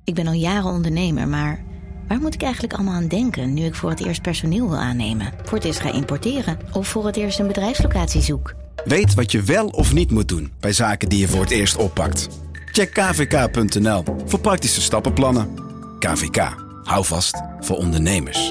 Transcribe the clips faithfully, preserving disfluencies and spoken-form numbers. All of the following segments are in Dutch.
Ik ben al jaren ondernemer, maar waar moet ik eigenlijk allemaal aan denken nu ik voor het eerst personeel wil aannemen, voor het eerst ga importeren of voor het eerst een bedrijfslocatie zoek? Weet wat je wel of niet moet doen bij zaken die je voor het eerst oppakt. Check k v k punt n l voor praktische stappenplannen. K V K. Hou vast voor ondernemers.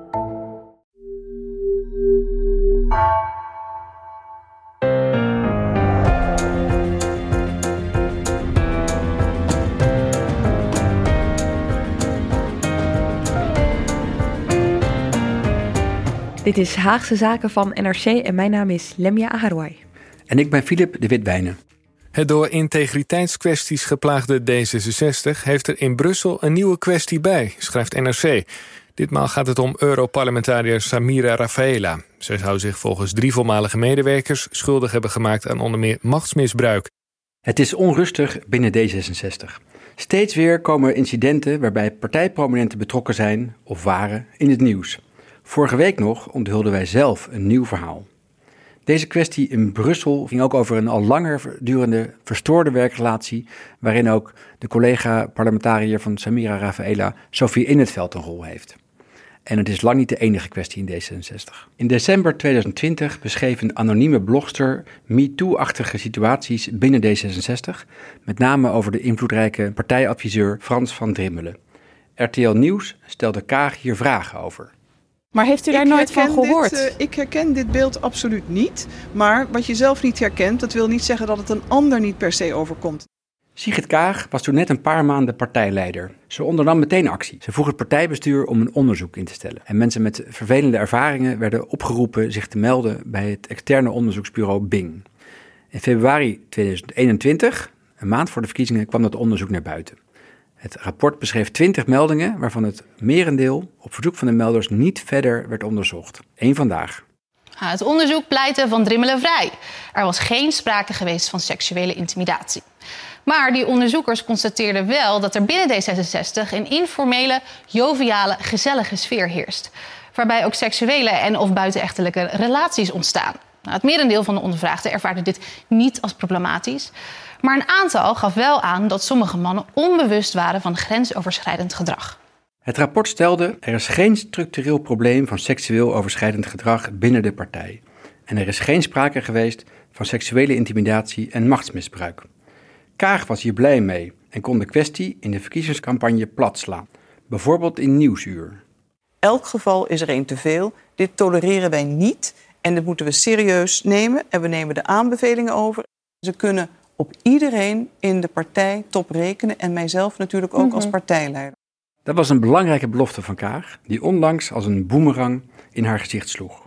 Dit is Haagse Zaken van N R C en mijn naam is Lemia Aharouai. En ik ben Philip de Witwijnen. Het door integriteitskwesties geplaagde D zesenzestig heeft er in Brussel een nieuwe kwestie bij, schrijft N R C. Ditmaal gaat het om Europarlementariër Samira Rafaela. Zij zou zich volgens drie voormalige medewerkers schuldig hebben gemaakt aan onder meer machtsmisbruik. Het is onrustig binnen D zesenzestig. Steeds weer komen er incidenten waarbij partijprominenten betrokken zijn of waren in het nieuws. Vorige week nog onthulden wij zelf een nieuw verhaal. Deze kwestie in Brussel ging ook over een al langer durende verstoorde werkrelatie, waarin ook de collega-parlementariër van Samira Rafaela, Sophie In 't Veld, een rol heeft. En het is lang niet de enige kwestie in D zesenzestig. In december tweeduizend twintig beschreef een anonieme blogster MeToo-achtige situaties binnen D zesenzestig, met name over de invloedrijke partijadviseur Frans van Drimmelen. R T L Nieuws stelde Kaag hier vragen over. Maar heeft u daar ik nooit van gehoord? Dit, uh, ik herken dit beeld absoluut niet. Maar wat je zelf niet herkent, dat wil niet zeggen dat het een ander niet per se overkomt. Sigrid Kaag was toen net een paar maanden partijleider. Ze ondernam meteen actie. Ze vroeg het partijbestuur om een onderzoek in te stellen. En mensen met vervelende ervaringen werden opgeroepen zich te melden bij het externe onderzoeksbureau Bing. In februari tweeduizend eenentwintig, een maand voor de verkiezingen, kwam dat onderzoek naar buiten. Het rapport beschreef twintig meldingen, waarvan het merendeel op verzoek van de melders niet verder werd onderzocht. Eén vandaag. Het onderzoek pleitte Van Drimmelen vrij. Er was geen sprake geweest van seksuele intimidatie. Maar die onderzoekers constateerden wel dat er binnen D zesenzestig een informele, joviale, gezellige sfeer heerst. Waarbij ook seksuele en of buitenechtelijke relaties ontstaan. Nou, het merendeel van de ondervraagden ervaarde dit niet als problematisch. Maar een aantal gaf wel aan dat sommige mannen onbewust waren van grensoverschrijdend gedrag. Het rapport stelde: er is geen structureel probleem van seksueel overschrijdend gedrag binnen de partij. En er is geen sprake geweest van seksuele intimidatie en machtsmisbruik. Kaag was hier blij mee en kon de kwestie in de verkiezingscampagne platslaan. Bijvoorbeeld in Nieuwsuur. Elk geval is er één te veel. Dit tolereren wij niet en dit moeten we serieus nemen. En we nemen de aanbevelingen over. Ze kunnen op iedereen in de partij top rekenen en mijzelf natuurlijk ook mm-hmm. als partijleider. Dat was een belangrijke belofte van Kaag, die onlangs als een boemerang in haar gezicht sloeg.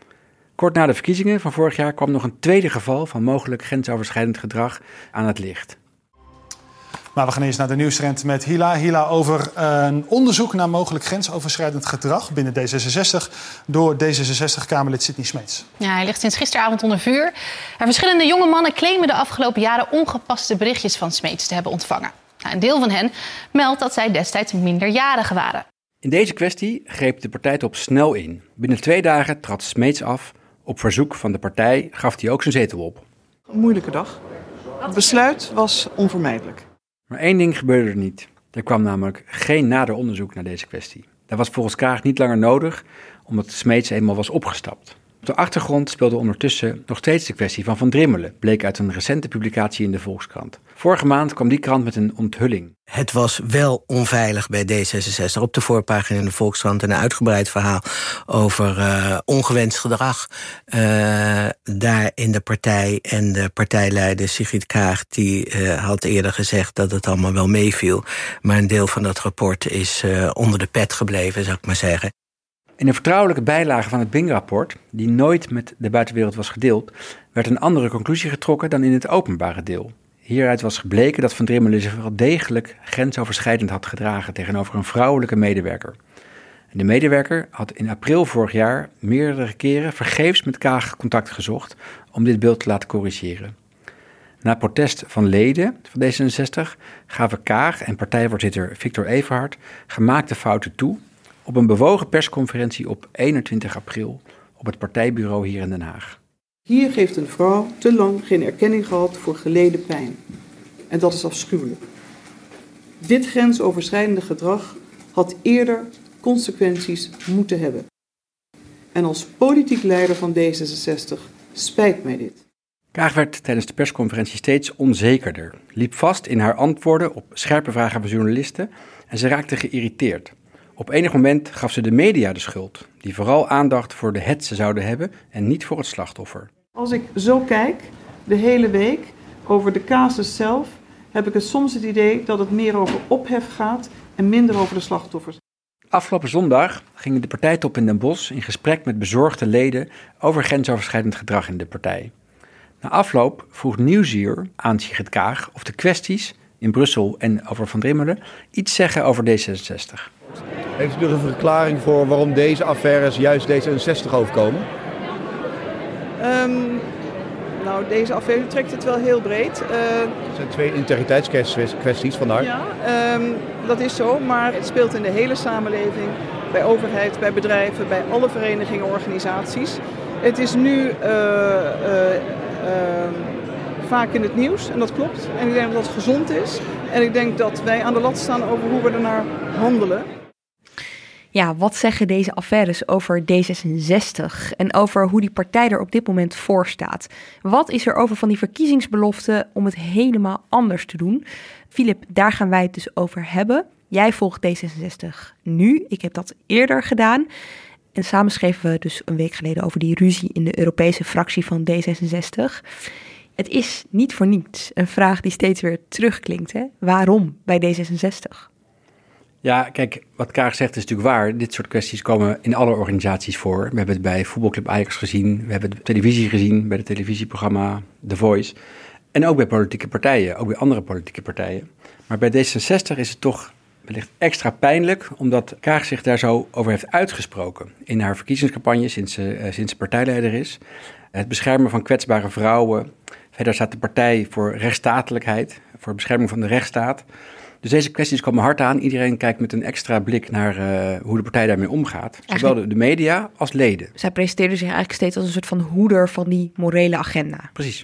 Kort na de verkiezingen van vorig jaar kwam nog een tweede geval van mogelijk grensoverschrijdend gedrag aan het licht. Maar we gaan eerst naar de nieuwstrend met Hila. Hila over een onderzoek naar mogelijk grensoverschrijdend gedrag binnen D zesenzestig... door D zesenzestig-Kamerlid Sidney Smeets. Ja, hij ligt sinds gisteravond onder vuur. En verschillende jonge mannen claimen de afgelopen jaren ongepaste berichtjes van Smeets te hebben ontvangen. Nou, een deel van hen meldt dat zij destijds minderjarig waren. In deze kwestie greep de partijtop snel in. Binnen twee dagen trad Smeets af. Op verzoek van de partij gaf hij ook zijn zetel op. Een moeilijke dag. Het besluit was onvermijdelijk. Maar één ding gebeurde er niet. Er kwam namelijk geen nader onderzoek naar deze kwestie. Dat was volgens Kaag niet langer nodig, omdat Smeets eenmaal was opgestapt. Op de achtergrond speelde ondertussen nog steeds de kwestie van Van Drimmelen, bleek uit een recente publicatie in de Volkskrant. Vorige maand kwam die krant met een onthulling. Het was wel onveilig bij D zesenzestig. Op de voorpagina in de Volkskrant een uitgebreid verhaal over uh, ongewenst gedrag. Uh, daar in de partij en de partijleider Sigrid Kaag, die uh, had eerder gezegd dat het allemaal wel meeviel. Maar een deel van dat rapport is uh, onder de pet gebleven, zou ik maar zeggen. In een vertrouwelijke bijlage van het Bing-rapport, die nooit met de buitenwereld was gedeeld, werd een andere conclusie getrokken dan in het openbare deel. Hieruit was gebleken dat Van Drimmelen zich wel degelijk grensoverschrijdend had gedragen tegenover een vrouwelijke medewerker. De medewerker had in april vorig jaar meerdere keren vergeefs met Kaag contact gezocht om dit beeld te laten corrigeren. Na protest van leden van D zesenzestig gaven Kaag en partijvoorzitter Victor Everhart gemaakte fouten toe op een bewogen persconferentie op eenentwintig april op het partijbureau hier in Den Haag. Hier heeft een vrouw te lang geen erkenning gehad voor geleden pijn. En dat is afschuwelijk. Dit grensoverschrijdende gedrag had eerder consequenties moeten hebben. En als politiek leider van D zesenzestig spijt mij dit. Kaag werd tijdens de persconferentie steeds onzekerder, liep vast in haar antwoorden op scherpe vragen van journalisten en ze raakte geïrriteerd. Op enig moment gaf ze de media de schuld, die vooral aandacht voor de hetze zouden hebben en niet voor het slachtoffer. Als ik zo kijk, de hele week, over de casus zelf, heb ik het soms het idee dat het meer over ophef gaat en minder over de slachtoffers. Afgelopen zondag gingen de partijtop in Den Bosch in gesprek met bezorgde leden over grensoverschrijdend gedrag in de partij. Na afloop vroeg Nieuwsuur aan Sigrid Kaag of de kwesties in Brussel en over Van Drimmelen iets zeggen over D zesenzestig. Heeft u er een verklaring voor waarom deze affaires juist D zesenzestig overkomen? Um, nou, deze affaire trekt het wel heel breed. Uh, het zijn twee integriteitskwesties vandaar. Ja, um, dat is zo, maar het speelt in de hele samenleving, bij overheid, bij bedrijven, bij alle verenigingen, organisaties. Het is nu uh, uh, uh, vaak in het nieuws en dat klopt. En ik denk dat dat gezond is. En ik denk dat wij aan de lat staan over hoe we ernaar handelen. Ja, wat zeggen deze affaires over D zesenzestig en over hoe die partij er op dit moment voor staat? Wat is er over van die verkiezingsbelofte om het helemaal anders te doen? Filip, daar gaan wij het dus over hebben. Jij volgt D zesenzestig nu, ik heb dat eerder gedaan. En samen schreven we dus een week geleden over die ruzie in de Europese fractie van D zesenzestig. Het is niet voor niets een vraag die steeds weer terugklinkt. Hè? Waarom bij D zesenzestig? Ja, kijk, wat Kaag zegt is natuurlijk waar. Dit soort kwesties komen in alle organisaties voor. We hebben het bij voetbalclub Ajax gezien. We hebben het op televisie gezien, bij het televisieprogramma The Voice. En ook bij politieke partijen, ook bij andere politieke partijen. Maar bij D zesenzestig is het toch wellicht extra pijnlijk, omdat Kaag zich daar zo over heeft uitgesproken. In haar verkiezingscampagne, sinds ze, uh, sinds ze partijleider is. Het beschermen van kwetsbare vrouwen. Verder staat de partij voor rechtsstatelijkheid, voor bescherming van de rechtsstaat. Dus deze kwesties komen hard aan. Iedereen kijkt met een extra blik naar uh, hoe de partij daarmee omgaat. Zowel de, de media als leden. Zij presenteerde zich eigenlijk steeds als een soort van hoeder van die morele agenda. Precies.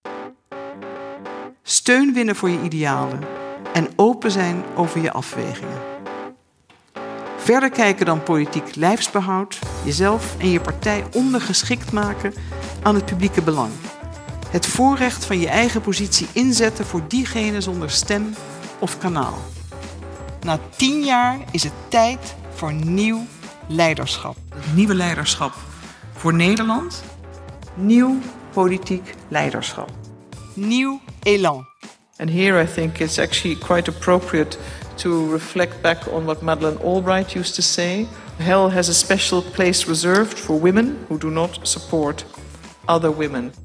Steun winnen voor je idealen en open zijn over je afwegingen. Verder kijken dan politiek lijfsbehoud, jezelf en je partij ondergeschikt maken aan het publieke belang. Het voorrecht van je eigen positie inzetten voor diegene zonder stem of kanaal. Na tien jaar is het tijd voor nieuw leiderschap. Het nieuwe leiderschap voor Nederland. Nieuw politiek leiderschap. Nieuw elan. And here I think it's actually quite appropriate to reflect back on what Madeleine Albright used to say. Hell has a special place reserved for women who do not support other women. Oké,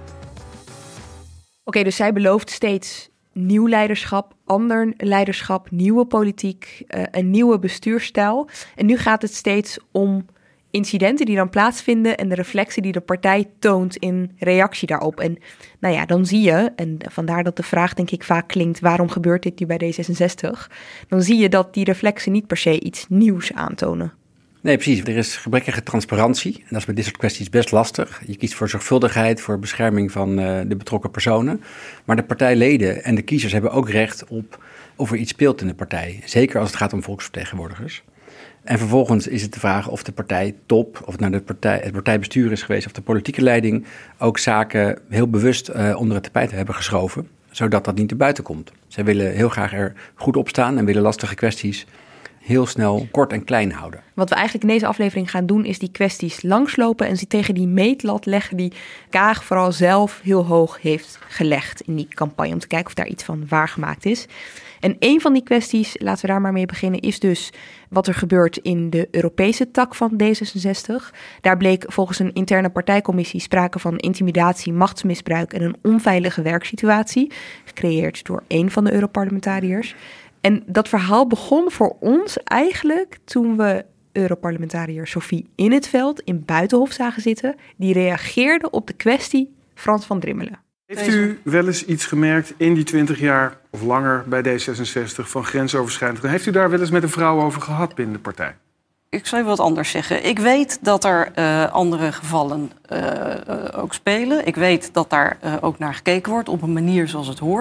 okay, dus zij belooft steeds nieuw leiderschap, ander leiderschap, nieuwe politiek, uh, een nieuwe bestuursstijl. En nu gaat het steeds om incidenten die dan plaatsvinden en de reflectie die de partij toont in reactie daarop. En nou ja, dan zie je, en vandaar dat de vraag denk ik vaak klinkt, waarom gebeurt dit nu bij D zesenzestig? Dan zie je dat die reflexen niet per se iets nieuws aantonen. Nee, precies. Er is gebrekkige transparantie. En dat is bij dit soort kwesties best lastig. Je kiest voor zorgvuldigheid, voor bescherming van uh, de betrokken personen. Maar de partijleden en de kiezers hebben ook recht op of er iets speelt in de partij. Zeker als het gaat om volksvertegenwoordigers. En vervolgens is het de vraag of de partijtop, of het nou de partij, het partijbestuur is geweest of de politieke leiding, ook zaken heel bewust uh, onder het tapijt hebben geschoven, zodat dat niet te buiten komt. Zij willen heel graag er goed op staan en willen lastige kwesties heel snel kort en klein houden. Wat we eigenlijk in deze aflevering gaan doen is die kwesties langslopen en ze tegen die meetlat leggen die Kaag vooral zelf heel hoog heeft gelegd in die campagne, om te kijken of daar iets van waargemaakt is. En een van die kwesties, laten we daar maar mee beginnen, is dus wat er gebeurt in de Europese tak van D zesenzestig. Daar bleek volgens een interne partijcommissie sprake van intimidatie, machtsmisbruik en een onveilige werksituatie, gecreëerd door één van de Europarlementariërs. En dat verhaal begon voor ons eigenlijk toen we Europarlementariër Sophie In 't Veld in Buitenhof zagen zitten. Die reageerde op de kwestie Frans van Drimmelen. Heeft u wel eens iets gemerkt in die twintig jaar of langer bij D zesenzestig van grensoverschrijdend? Heeft u daar wel eens met een vrouw over gehad binnen de partij? Ik zou even wat anders zeggen. Ik weet dat er uh, andere gevallen uh, uh, ook spelen. Ik weet dat daar uh, ook naar gekeken wordt op een manier zoals het hoort.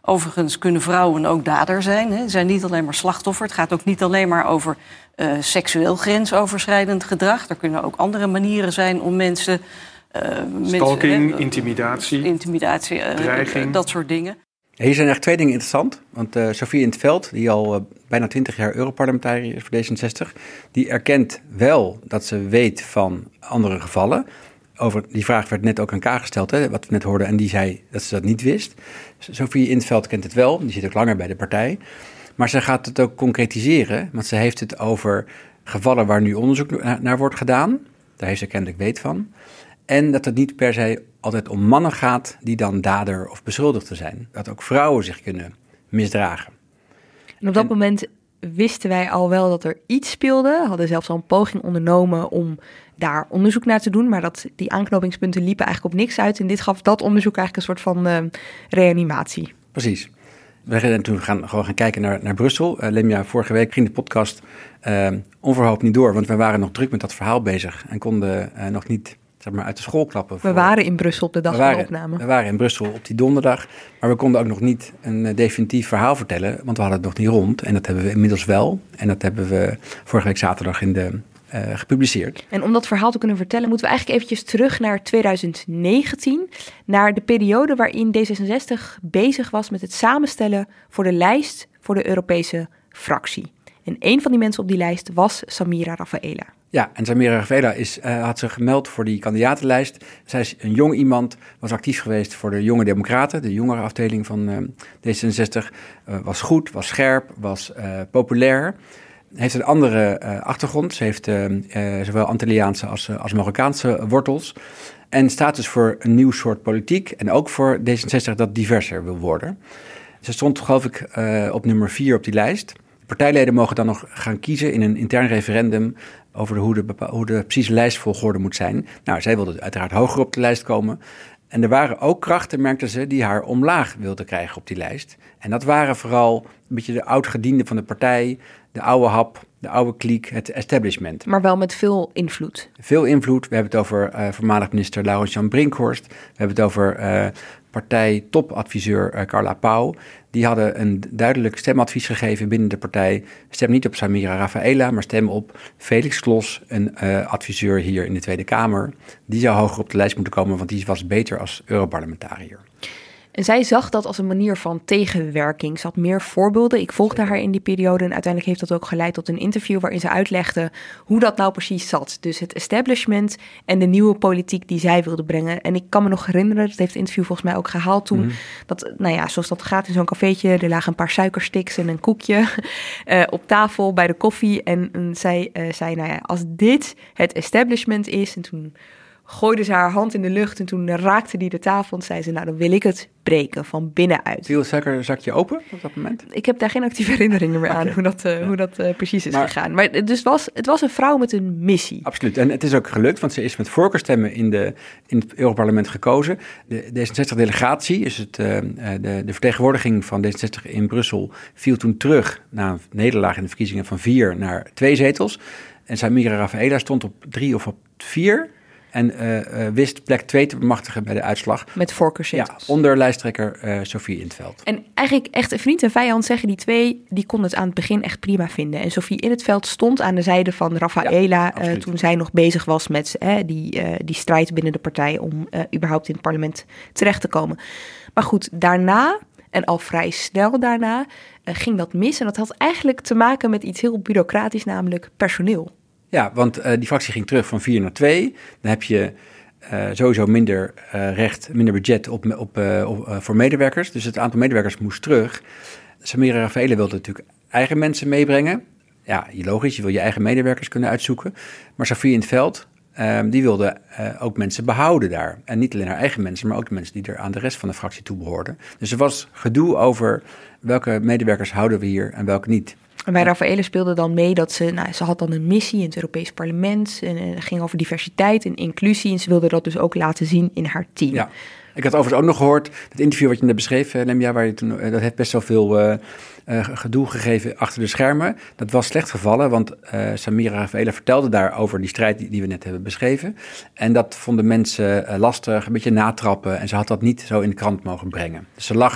Overigens kunnen vrouwen ook dader zijn. Hè. Ze zijn niet alleen maar slachtoffer. Het gaat ook niet alleen maar over uh, seksueel grensoverschrijdend gedrag. Er kunnen ook andere manieren zijn om mensen... Uh, Stalking, mensen, uh, intimidatie, intimidatie uh, dreiging. Uh, dat soort dingen. Hier zijn echt twee dingen interessant. Want uh, Sofie in 't Veld, die al uh, bijna twintig jaar Europarlementariër is voor D zesenzestig... die erkent wel dat ze weet van andere gevallen. Over die vraag werd net ook aan K gesteld, hè, wat we net hoorden. En die zei dat ze dat niet wist. Sofie in 't Veld kent het wel. Die zit ook langer bij de partij. Maar ze gaat het ook concretiseren. Want ze heeft het over gevallen waar nu onderzoek naar, naar wordt gedaan. Daar heeft ze kennelijk weet van. En dat het niet per se altijd om mannen gaat die dan dader of beschuldigde zijn. Dat ook vrouwen zich kunnen misdragen. En op dat en, moment wisten wij al wel dat er iets speelde. Hadden zelfs al een poging ondernomen om daar onderzoek naar te doen. Maar dat die aanknopingspunten liepen eigenlijk op niks uit. En dit gaf dat onderzoek eigenlijk een soort van uh, reanimatie. Precies. We zijn toen gaan, gewoon gaan kijken naar, naar Brussel. Uh, Lemja, vorige week ging de podcast uh, onverhoopt niet door. Want we waren nog druk met dat verhaal bezig. En konden uh, nog niet... zeg maar uit de school klappen. We waren in Brussel op de dag waren, van de opname. We waren in Brussel op die donderdag, maar we konden ook nog niet een uh, definitief verhaal vertellen, want we hadden het nog niet rond. En dat hebben we inmiddels wel. En dat hebben we vorige week zaterdag in de, uh, gepubliceerd. En om dat verhaal te kunnen vertellen, moeten we eigenlijk eventjes terug naar twintig negentien. Naar de periode waarin D zesenzestig bezig was met het samenstellen voor de lijst voor de Europese fractie. En een van die mensen op die lijst was Samira Rafaela. Ja, en Samira Rafaela is, uh, had zich gemeld voor die kandidatenlijst. Zij is een jong iemand, was actief geweest voor de Jonge Democraten, de jongere afdeling van uh, D zesenzestig. Uh, was goed, was scherp, was uh, populair. Heeft een andere uh, achtergrond. Ze heeft uh, uh, zowel Antilliaanse als, uh, als Marokkaanse wortels. En staat dus voor een nieuw soort politiek en ook voor D zesenzestig dat diverser wil worden. Ze stond, geloof ik, uh, op nummer vier op die lijst. Partijleden mogen dan nog gaan kiezen in een intern referendum over de, hoe, de, hoe de precieze lijstvolgorde moet zijn. Nou, zij wilde uiteraard hoger op de lijst komen. En er waren ook krachten, merkten ze, die haar omlaag wilden krijgen op die lijst. En dat waren vooral een beetje de oud-gedienden van de partij, de oude hap, de oude kliek, het establishment. Maar wel met veel invloed. Veel invloed. We hebben het over uh, voormalig minister Laurens-Jan Brinkhorst. We hebben het over uh, partij-topadviseur uh, Carla Pauw. Die hadden een duidelijk stemadvies gegeven binnen de partij. Stem niet op Samira Rafaela, maar stem op Felix Klos, een uh, adviseur hier in de Tweede Kamer. Die zou hoger op de lijst moeten komen, want die was beter als Europarlementariër. En zij zag dat als een manier van tegenwerking. Ze had meer voorbeelden. Ik volgde haar in die periode en uiteindelijk heeft dat ook geleid tot een interview waarin ze uitlegde hoe dat nou precies zat. Dus het establishment en de nieuwe politiek die zij wilde brengen. En ik kan me nog herinneren, dat heeft het interview volgens mij ook gehaald toen, mm-hmm. dat, nou ja, zoals dat gaat in zo'n cafeetje, er lagen een paar suikersticks en een koekje uh, op tafel bij de koffie. En, en zij uh, zei, nou ja, als dit het establishment is, en toen gooide ze haar hand in de lucht en toen raakte die de tafel en zei ze, nou dan wil ik het breken van binnenuit. Viel het suikerzakje open op dat moment? Ik heb daar geen actieve herinneringen meer aan, okay. hoe dat, uh, ja. hoe dat uh, precies is maar, gegaan. Maar dus het was, het was een vrouw met een missie. Absoluut. En het is ook gelukt, want ze is met voorkeurstemmen in, de, in het Europarlement gekozen. De D zesenzestig-delegatie, is het, uh, de, de vertegenwoordiging van D zesenzestig in Brussel, viel toen terug na een nederlaag in de verkiezingen van vier naar twee zetels. En Samira Rafaela stond op drie of op vier. En uh, uh, wist plek twee te bemachtigen bij de uitslag. Met voorkeurszetels. Ja, onder lijsttrekker uh, Sofie in 't Veld. En eigenlijk echt vriend en vijand zeggen die twee, die konden het aan het begin echt prima vinden. En Sofie in 't Veld stond aan de zijde van Rafaela ja, uh, toen zij nog bezig was met uh, die, uh, die strijd binnen de partij om uh, überhaupt in het parlement terecht te komen. Maar goed, daarna, en al vrij snel daarna, uh, ging dat mis. En dat had eigenlijk te maken met iets heel bureaucratisch, namelijk personeel. Ja, want uh, die fractie ging terug van vier naar twee. Dan heb je uh, sowieso minder uh, recht, minder budget op, op, uh, op, uh, voor medewerkers. Dus het aantal medewerkers moest terug. Samira Rafaela wilde natuurlijk eigen mensen meebrengen. Ja, logisch, je wil je eigen medewerkers kunnen uitzoeken. Maar Sofie in 't Veld, uh, die wilde uh, ook mensen behouden daar. En niet alleen haar eigen mensen, maar ook de mensen die er aan de rest van de fractie toe behoorden. Dus er was gedoe over welke medewerkers houden we hier en welke niet. En bij Rafaela speelde dan mee dat ze, nou, ze had dan een missie in het Europees Parlement. En het ging over diversiteit en inclusie. En ze wilde dat dus ook laten zien in haar team. Ja, ik had overigens ook nog gehoord, het interview wat je net beschreef, Lemja, waar je toen, dat heeft best wel veel uh, uh, gedoe gegeven achter de schermen. Dat was slecht gevallen, want uh, Samira Rafaela vertelde daar over die strijd die, die we net hebben beschreven. En dat vonden mensen uh, lastig, een beetje natrappen. En ze had dat niet zo in de krant mogen brengen. Dus ze lag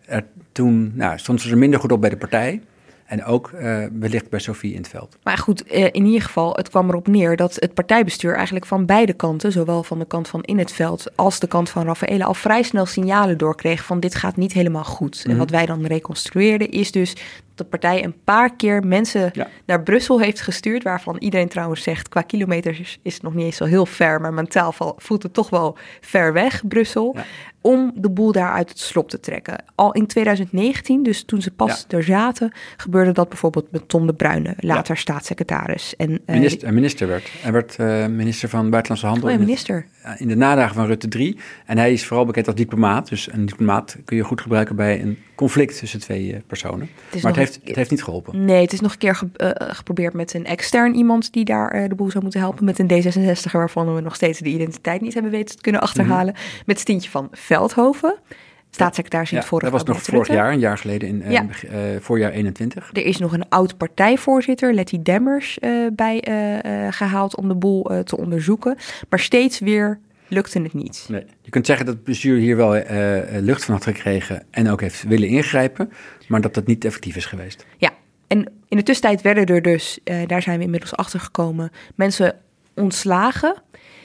er, toen nou, stond ze er minder goed op bij de partij. En ook uh, wellicht bij Sofie in 't Veld. Maar goed, uh, in ieder geval, het kwam erop neer dat het partijbestuur eigenlijk van beide kanten, zowel van de kant van In 't Veld als de kant van Raffaella, al vrij snel signalen doorkreeg van dit gaat niet helemaal goed. Mm-hmm. En wat wij dan reconstrueerden is dus dat de partij een paar keer mensen ja. naar Brussel heeft gestuurd, waarvan iedereen trouwens zegt, qua kilometers is het nog niet eens zo heel ver, maar mentaal voelt het toch wel ver weg, Brussel, ja. om de boel daar uit het slop te trekken. Al in twintig negentien, dus toen ze pas ja. er zaten, gebeurde dat bijvoorbeeld met Tom de Bruyne, later ja. staatssecretaris. En, uh, minister, minister werd. Hij werd uh, minister van Buitenlandse Handel. Oh ja, minister. In, het, in de nadagen van Rutte drie. En hij is vooral bekend als diplomaat. Dus een diplomaat kun je goed gebruiken bij een conflict tussen twee uh, personen. Het maar het heeft, het heeft niet geholpen. Nee, het is nog een keer ge, uh, geprobeerd met een extern iemand die daar uh, de boel zou moeten helpen. Met een D zesenzestiger waarvan we nog steeds de identiteit niet hebben weten te kunnen achterhalen. Mm-hmm. Met Stientje van Veldhoven. Staatssecretaris in ja, het vorige dat was nog vorig jaar, een jaar geleden, in ja. uh, voorjaar eenentwintig. Er is nog een oud partijvoorzitter, Letty Demmers, uh, bij uh, uh, gehaald om de boel uh, te onderzoeken. Maar steeds weer lukte het niet. Nee. Je kunt zeggen dat het bestuur hier wel uh, lucht van had gekregen en ook heeft willen ingrijpen, maar dat dat niet effectief is geweest. Ja, en in de tussentijd werden er dus, uh, daar zijn we inmiddels achter gekomen, mensen ontslagen.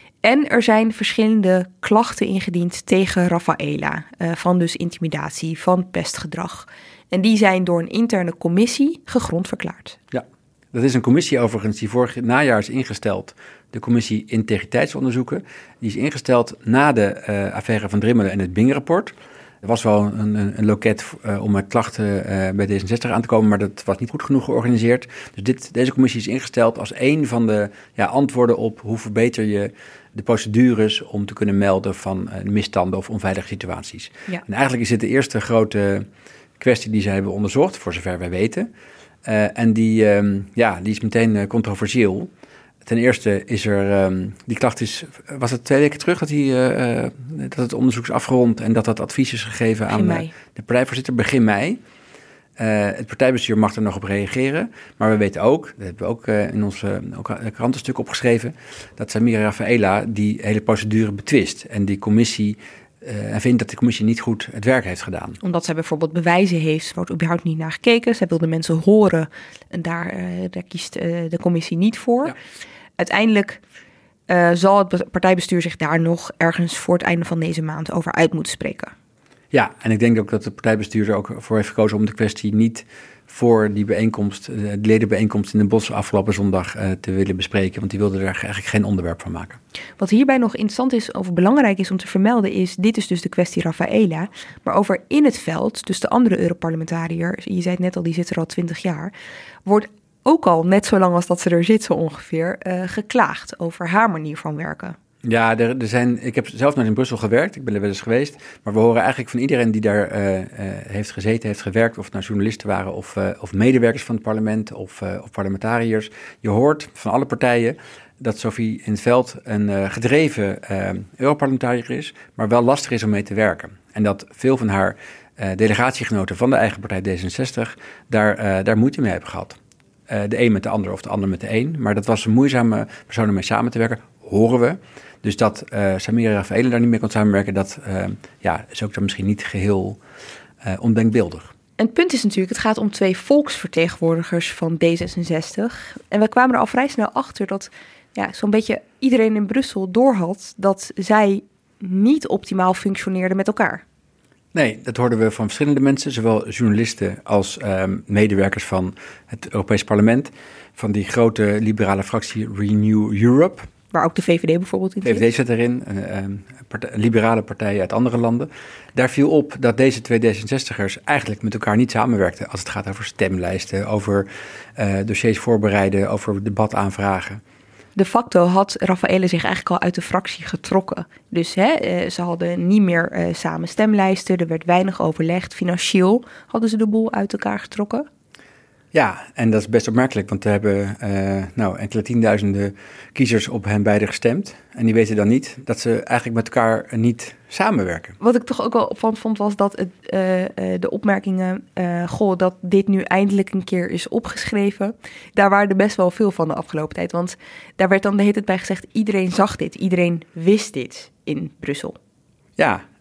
En er zijn verschillende klachten ingediend tegen Raffaella, uh, van dus intimidatie, van pestgedrag. En die zijn door een interne commissie gegrond verklaard. Ja, dat is een commissie overigens die vorig najaar is ingesteld. De commissie Integriteitsonderzoeken. Die is ingesteld na de uh, affaire van Drimmelen en het Bing-rapport. Er was wel een, een, een loket uh, om met klachten uh, bij D zesenzestig aan te komen, maar dat was niet goed genoeg georganiseerd. Dus dit, deze commissie is ingesteld als een van de ja, antwoorden op hoe verbeter je de procedures om te kunnen melden van uh, misstanden of onveilige situaties. Ja. En eigenlijk is dit de eerste grote kwestie die ze hebben onderzocht, voor zover wij weten. Uh, en die, um, ja, die is meteen uh, controversieel. Ten eerste is er, um, die klacht is, was het twee weken terug dat, die, uh, uh, dat het onderzoek is afgerond en dat dat advies is gegeven begin aan uh, de partijvoorzitter begin mei. Uh, het partijbestuur mag er nog op reageren, maar we weten ook, dat hebben we ook uh, in ons uh, ook een krantenstuk opgeschreven, dat Samira Raffaella die hele procedure betwist en die commissie uh, en vindt dat de commissie niet goed het werk heeft gedaan. Omdat zij bijvoorbeeld bewijzen heeft, er wordt überhaupt niet naar gekeken, zij wilde mensen horen en daar, uh, daar kiest uh, de commissie niet voor. Ja. Uiteindelijk uh, zal het partijbestuur zich daar nog ergens voor het einde van deze maand over uit moeten spreken. Ja, en ik denk ook dat het partijbestuur er ook voor heeft gekozen om de kwestie niet voor die bijeenkomst, de ledenbijeenkomst in Den Bosch afgelopen zondag uh, te willen bespreken, want die wilden er eigenlijk geen onderwerp van maken. Wat hierbij nog interessant is of belangrijk is om te vermelden is, dit is dus de kwestie Raffaella, maar over In 't Veld, dus de andere Europarlementariër, je zei het net al, die zit er al twintig jaar, wordt ook al net zo lang als dat ze er zit zo ongeveer, uh, geklaagd over haar manier van werken. Ja, er, er zijn, ik heb zelf nog in Brussel gewerkt, ik ben er wel eens geweest, maar we horen eigenlijk van iedereen die daar uh, uh, heeft gezeten, heeft gewerkt, of het nou journalisten waren of, uh, of medewerkers van het parlement of, uh, of parlementariërs. Je hoort van alle partijen dat Sofie in 't Veld een uh, gedreven uh, Europarlementariër is, maar wel lastig is om mee te werken. En dat veel van haar uh, delegatiegenoten van de eigen partij D zesenzestig daar, uh, daar moeite mee hebben gehad. Uh, de een met de ander of de ander met de een, maar dat was een moeizame persoon om mee samen te werken, horen we. Dus dat uh, Samira Raffaella daar niet mee kon samenwerken, dat uh, ja, is ook dan misschien niet geheel uh, ondenkbeeldig. En het punt is natuurlijk, het gaat om twee volksvertegenwoordigers van D zesenzestig. En we kwamen er al vrij snel achter dat ja, zo'n beetje iedereen in Brussel doorhad dat zij niet optimaal functioneerden met elkaar. Nee, dat hoorden we van verschillende mensen, zowel journalisten als uh, medewerkers van het Europees Parlement, van die grote liberale fractie Renew Europe. Waar ook de V V D bijvoorbeeld in zit. V V D zit erin, een, een partij, liberale partijen uit andere landen. Daar viel op dat deze twee D zesenzestigers eigenlijk met elkaar niet samenwerkten als het gaat over stemlijsten, over uh, dossiers voorbereiden, over debataanvragen. De facto had Raffaella zich eigenlijk al uit de fractie getrokken. Dus hè, ze hadden niet meer uh, samen stemlijsten, er werd weinig overlegd. Financieel hadden ze de boel uit elkaar getrokken. Ja, en dat is best opmerkelijk, want we hebben uh, nou, enkele tienduizenden kiezers op hen beiden gestemd. En die weten dan niet dat ze eigenlijk met elkaar niet samenwerken. Wat ik toch ook wel opvallend vond, was dat het, uh, uh, de opmerkingen, uh, goh, dat dit nu eindelijk een keer is opgeschreven. Daar waren er best wel veel van de afgelopen tijd. Want daar werd dan de hele tijd bij gezegd, iedereen zag dit, iedereen wist dit in Brussel. Ja,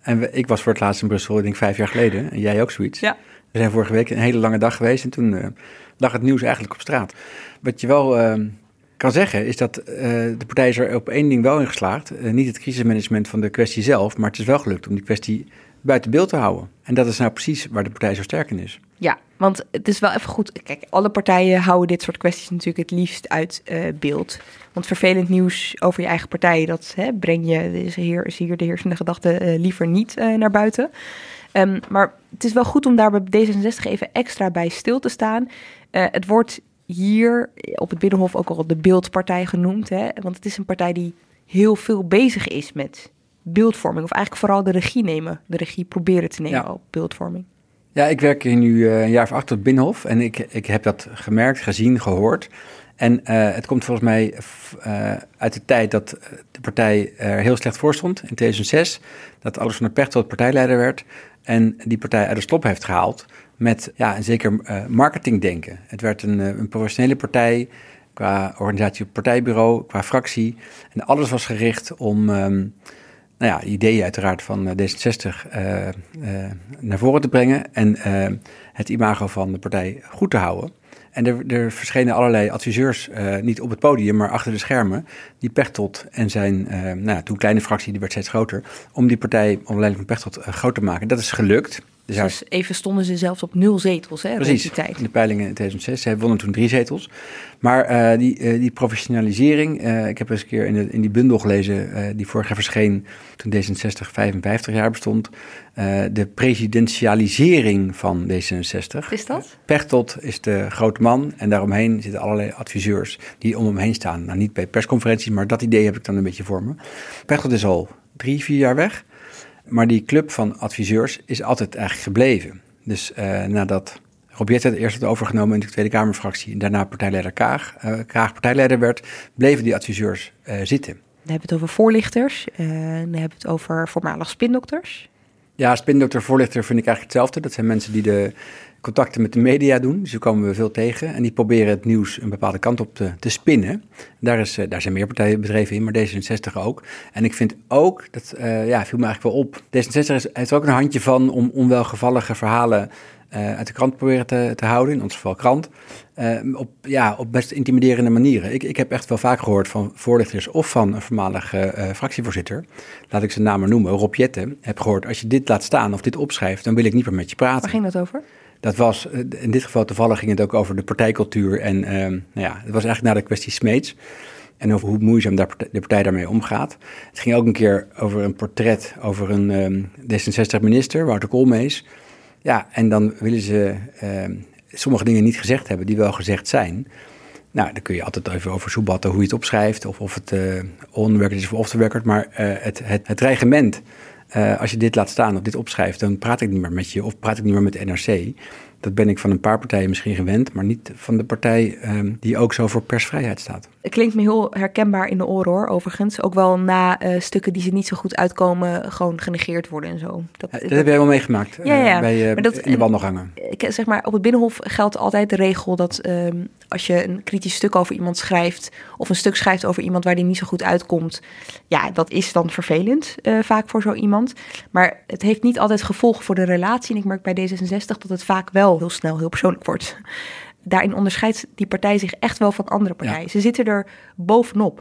En we, ik was voor het laatst in Brussel, ik denk vijf jaar geleden. En jij ook zoiets. Ja. We zijn vorige week een hele lange dag geweest en toen uh, lag het nieuws eigenlijk op straat. Wat je wel uh, kan zeggen is dat uh, de partij is er op één ding wel in geslaagd. Uh, niet het crisismanagement van de kwestie zelf, maar het is wel gelukt om die kwestie buiten beeld te houden. En dat is nou precies waar de partij zo sterk in is. Ja, want het is wel even goed. Kijk, alle partijen houden dit soort kwesties natuurlijk het liefst uit uh, beeld. Want vervelend nieuws over je eigen partij, dat hè, breng je, is hier, is hier de heersende gedachte uh, liever niet uh, naar buiten. Um, maar het is wel goed om daar bij D zesenzestig even extra bij stil te staan. Uh, het wordt hier op het Binnenhof ook al de beeldpartij genoemd. Hè? Want het is een partij die heel veel bezig is met beeldvorming. Of eigenlijk vooral de regie nemen. De regie proberen te nemen ja. op beeldvorming. Ja, ik werk hier nu uh, een jaar of acht op het Binnenhof. En ik, ik heb dat gemerkt, gezien, gehoord. En uh, het komt volgens mij uh, uit de tijd dat de partij er heel slecht voor stond. In tweeduizend zes, dat Alex van der Pechtold partijleider werd. En die partij uit de slop heeft gehaald met ja, een zeker uh, marketingdenken. Het werd een, uh, een professionele partij qua organisatie op partijbureau, qua fractie. En alles was gericht om um, nou ja, ideeën uiteraard van D zesenzestig uh, uh, naar voren te brengen. En uh, het imago van de partij goed te houden. En er, er verschenen allerlei adviseurs, uh, niet op het podium, maar achter de schermen, die Pechtold en zijn, uh, nou ja, toen kleine fractie, die werd steeds groter, om die partij onder leiding van Pechtold uh, groot te maken. Dat is gelukt. Dus, dus even stonden ze zelfs op nul zetels, hè? Precies, die tijd. In de peilingen in tweeduizend zes. Zij wonnen toen drie zetels. Maar uh, die, uh, die professionalisering, uh, ik heb eens een keer in, de, in die bundel gelezen, uh, die vorig jaar verscheen, toen D zesenzestig vijfenvijftig jaar bestond, uh, de presidentialisering van D zesenzestig. Wat is dat? Pechtold is de grote man en daaromheen zitten allerlei adviseurs die om hem heen staan. Nou, niet bij persconferenties, maar dat idee heb ik dan een beetje voor me. Pechtold is al drie, vier jaar weg. Maar die club van adviseurs is altijd eigenlijk gebleven. Dus uh, nadat Rob Jetten het eerst had overgenomen in de Tweede Kamerfractie en daarna partijleider Kaag, uh, Kaag partijleider werd, bleven die adviseurs uh, zitten. Dan hebben we het over voorlichters, uh, dan hebben we het over voormalig spindokters. Ja, spindokter, voorlichter vind ik eigenlijk hetzelfde. Dat zijn mensen die de contacten met de media doen, dus daar komen we veel tegen. En die proberen het nieuws een bepaalde kant op te, te spinnen. Daar, is, daar zijn meer partijen bedreven in, maar D zesenzestig ook. En ik vind ook, dat uh, ja, viel me eigenlijk wel op, D zesenzestig is, heeft er ook een handje van om onwelgevallige verhalen uh, uit de krant proberen te, te houden, in ons geval krant, uh, op, ja, op best intimiderende manieren. Ik, ik heb echt wel vaak gehoord van voorlichters of van een voormalige uh, fractievoorzitter, laat ik zijn naam maar noemen, Rob Jetten, heb gehoord, als je dit laat staan of dit opschrijft, dan wil ik niet meer met je praten. Waar ging dat over? Dat was, in dit geval toevallig ging het ook over de partijcultuur en uh, nou ja, het was eigenlijk naar de kwestie Smeets en over hoe moeizaam de partij, de partij daarmee omgaat. Het ging ook een keer over een portret over een um, D zesenzestig-minister, Wouter Koolmees. Ja, en dan willen ze uh, sommige dingen niet gezegd hebben die wel gezegd zijn. Nou, dan kun je altijd even over soebatten hoe je het opschrijft of of het uh, on-record is of off-the-record, maar uh, het, het, het dreigement, Uh, als je dit laat staan of dit opschrijft, dan praat ik niet meer met je of praat ik niet meer met de N R C. Dat ben ik van een paar partijen misschien gewend, maar niet van de partij um, die ook zo voor persvrijheid staat. Het klinkt me heel herkenbaar in de oren hoor, overigens. Ook wel na uh, stukken die ze niet zo goed uitkomen, gewoon genegeerd worden en zo. Dat, dat, dat heb je helemaal meegemaakt ja, ja. Uh, bij, uh, dat, in de wandelgangen. Ik, zeg maar, op het Binnenhof geldt altijd de regel dat um, als je een kritisch stuk over iemand schrijft, of een stuk schrijft over iemand waar die niet zo goed uitkomt, ja, dat is dan vervelend uh, vaak voor zo iemand. Maar het heeft niet altijd gevolgen voor de relatie. En ik merk bij D zesenzestig dat het vaak wel heel snel heel persoonlijk wordt. Daarin onderscheidt die partij zich echt wel van andere partijen. Ja. Ze zitten er bovenop.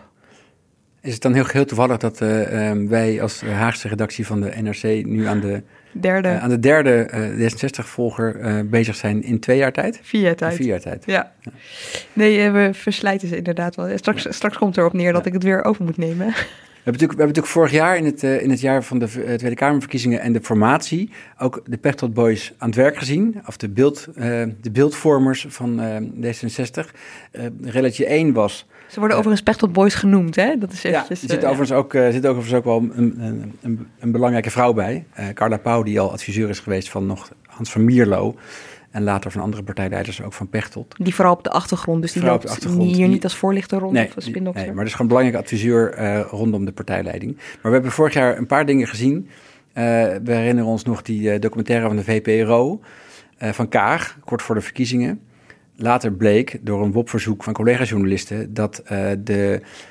Is het dan heel, heel toevallig dat uh, um, wij als Haagse redactie van de N R C nu aan de derde, uh, aan de derde uh, D zesenzestig-volger uh, bezig zijn in twee jaar tijd? Vier jaar tijd. In vier jaar tijd. Ja. ja. Nee, we verslijten ze inderdaad wel. Straks, ja. straks komt erop neer dat ja. ik het weer over moet nemen. We hebben, we hebben natuurlijk vorig jaar in het, uh, in het jaar van de uh, Tweede Kamerverkiezingen en de formatie ook de Pechtold Boys aan het werk gezien. Of de, beeld, uh, de beeldvormers van uh, D zesenzestig. Uh, Reletje één was... Ze worden uh, overigens Pechtold Boys genoemd, hè? Dat is eventjes, ja, er zit, uh, overigens, ja. ook, uh, zit overigens ook wel een, een, een, een belangrijke vrouw bij. Uh, Carla Pauw, die al adviseur is geweest van nog Hans van Mierlo. En later van andere partijleiders, ook van Pechtold. Die vooral op de achtergrond, dus die loopt de achtergrond, hier die, niet als voorlichter rond nee, of spindokter. Nee, maar dat is gewoon een belangrijke adviseur uh, rondom de partijleiding. Maar we hebben vorig jaar een paar dingen gezien. Uh, we herinneren ons nog die uh, documentaire van de V P R O uh, van Kaag, kort voor de verkiezingen. Later bleek door een W O P-verzoek van collega-journalisten dat uh, de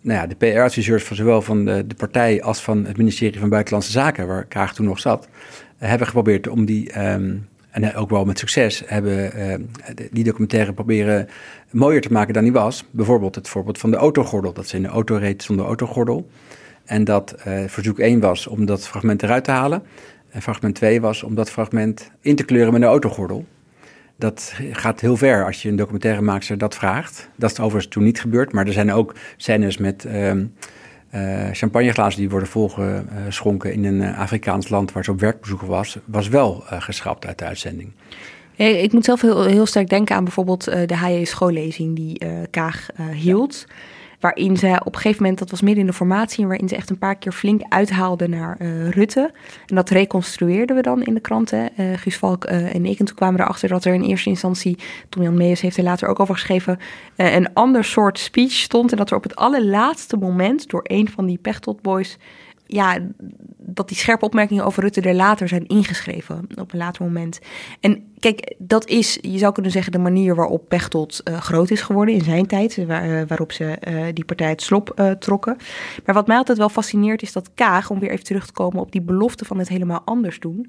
nou ja, de P R-adviseurs van zowel van de, de partij als van het ministerie van Buitenlandse Zaken, waar Kaag toen nog zat, uh, hebben geprobeerd om die, um, en ook wel met succes, hebben uh, die documentaire proberen mooier te maken dan die was. Bijvoorbeeld het voorbeeld van de autogordel, dat ze in de auto reed zonder autogordel. En dat uh, verzoek één was om dat fragment eruit te halen. En fragment twee was om dat fragment in te kleuren met een autogordel. Dat gaat heel ver als je een documentairemaakster dat vraagt. Dat is overigens toen niet gebeurd, maar er zijn ook scènes met uh, uh, champagneglazen die worden volgeschonken in een uh, Afrikaans land waar ze op werkbezoek was, was wel uh, geschrapt uit de uitzending. Ik moet zelf heel, heel sterk denken aan bijvoorbeeld uh, de H J-schoollezing die uh, Kaag uh, hield. Ja. Waarin ze op een gegeven moment, dat was midden in de formatie, en waarin ze echt een paar keer flink uithaalde naar uh, Rutte. En dat reconstrueerden we dan in de kranten, uh, Guus Valk uh, en ik. En toen kwamen we erachter dat er in eerste instantie, Tom-Jan Meijers heeft er later ook over geschreven, uh, een ander soort speech stond. En dat er op het allerlaatste moment door een van die Pechtold boys, ja, dat die scherpe opmerkingen over Rutte er later zijn ingeschreven op een later moment. En kijk, dat is, je zou kunnen zeggen, de manier waarop Pechtold uh, groot is geworden in zijn tijd, waar, uh, waarop ze uh, die partij het slop uh, trokken. Maar wat mij altijd wel fascineert is dat Kaag, om weer even terug te komen op die belofte van het helemaal anders doen,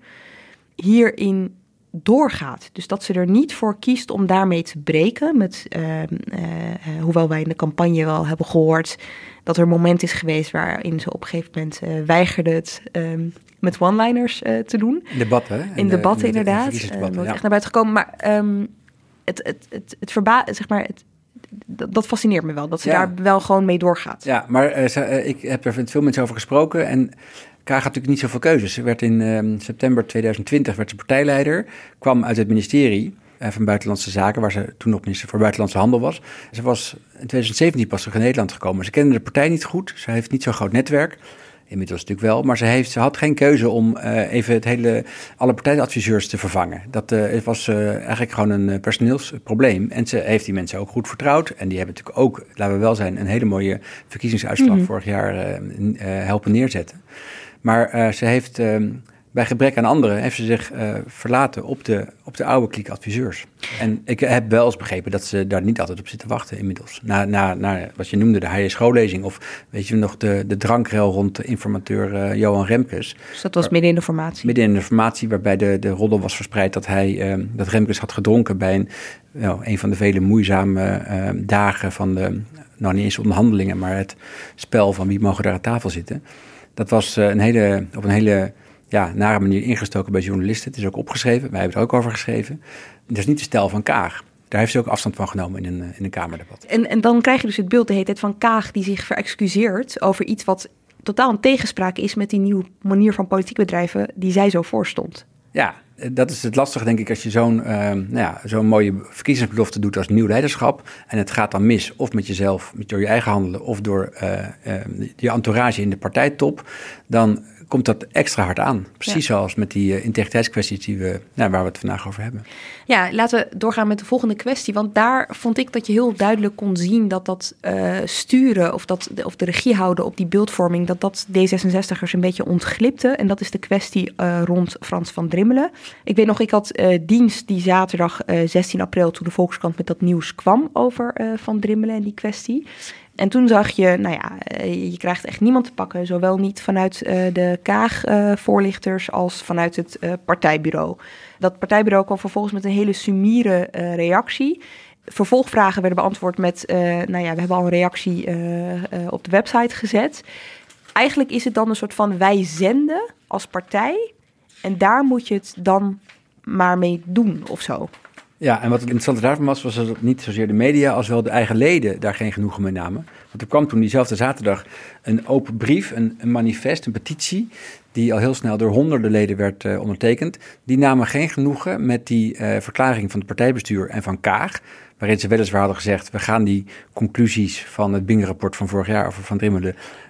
hierin doorgaat. Dus dat ze er niet voor kiest om daarmee te breken. Met, uh, uh, uh, hoewel wij in de campagne wel hebben gehoord dat er een moment is geweest waarin ze op een gegeven moment uh, weigerde het um, met one-liners uh, te doen. In debatten, hè? In debatten, in de, inderdaad. Uh, nooit ja. echt naar buiten gekomen. Maar um, het, het, het, het verba- zeg maar, het, dat, dat fascineert me wel. Dat ze ja. daar wel gewoon mee doorgaat. Ja, maar uh, uh, ik heb er met veel mensen over gesproken en Kaag had natuurlijk niet zoveel keuzes. Ze werd in uh, september tweeduizend twintig werd ze partijleider, kwam uit het ministerie uh, van Buitenlandse Zaken, waar ze toen nog minister voor Buitenlandse Handel was. Ze was in tweeduizend zeventien pas terug in Nederland gekomen. Ze kende de partij niet goed, ze heeft niet zo'n groot netwerk. Inmiddels natuurlijk wel, maar ze, heeft, ze had geen keuze om uh, even het hele, alle partijadviseurs te vervangen. Dat uh, was uh, eigenlijk gewoon een uh, personeelsprobleem. En ze heeft die mensen ook goed vertrouwd. En die hebben natuurlijk ook, laten we wel zijn, een hele mooie verkiezingsuitslag mm-hmm. vorig jaar uh, uh, helpen neerzetten. Maar uh, ze heeft uh, bij gebrek aan anderen heeft ze zich uh, verlaten op de, op de oude kliek adviseurs. En ik heb wel eens begrepen dat ze daar niet altijd op zitten wachten inmiddels. Na, na, na wat je noemde, de H J-schoollezing of weet je nog de, de drankrel rond de informateur uh, Johan Remkes. Dus dat was waar, midden in de formatie? Midden in de formatie, waarbij de, de roddel was verspreid dat hij uh, dat Remkes had gedronken bij een, nou, een van de vele moeizame uh, dagen van de, nou niet eens onderhandelingen, maar het spel van wie mogen daar aan tafel zitten. Dat was uh, een hele, op een hele ja, nare manier ingestoken bij journalisten. Het is ook opgeschreven, wij hebben er ook over geschreven. Dat is niet de stijl van Kaag. Daar heeft ze ook afstand van genomen in een, in een Kamerdebat. En, en dan krijg je dus het beeld de hele tijd van Kaag die zich verexcuseert over iets wat totaal een tegenspraak is met die nieuwe manier van politiek bedrijven die zij zo voorstond. Ja, dat is het lastige, denk ik, als je zo'n, uh, nou ja, zo'n mooie verkiezingsbelofte doet als nieuw leiderschap. En het gaat dan mis, of met jezelf, door je eigen handelen, of door uh, uh, je entourage in de partijtop. Dan komt dat extra hard aan. Precies ja. zoals met die uh, integriteitskwesties die we, nou, waar we het vandaag over hebben. Ja, laten we doorgaan met de volgende kwestie. Want daar vond ik dat je heel duidelijk kon zien dat dat uh, sturen of, dat, of de regie houden op die beeldvorming, dat dat D zesenzestigers een beetje ontglipte. En dat is de kwestie uh, rond Frans van Drimmelen. Ik weet nog, ik had uh, dienst die zaterdag uh, zestien april toen de Volkskrant met dat nieuws kwam over uh, Van Drimmelen en die kwestie. En toen zag je, nou ja, je krijgt echt niemand te pakken. Zowel niet vanuit uh, de Kaag-voorlichters uh, als vanuit het uh, partijbureau. Dat partijbureau kwam vervolgens met een hele sumiere uh, reactie. Vervolgvragen werden beantwoord met, uh, nou ja, we hebben al een reactie uh, uh, op de website gezet. Eigenlijk is het dan een soort van wij zenden als partij. En daar moet je het dan maar mee doen of zo. Ja, en wat het interessante daarvan was, was dat niet zozeer de media als wel de eigen leden daar geen genoegen mee namen. Want er kwam toen diezelfde zaterdag een open brief, een, een manifest, een petitie, die al heel snel door honderden leden werd uh, ondertekend. Die namen geen genoegen met die uh, verklaring van het partijbestuur en van Kaag, waarin ze weliswaar hadden gezegd, we gaan die conclusies van het Bing-rapport van vorig jaar over Van Drimmelen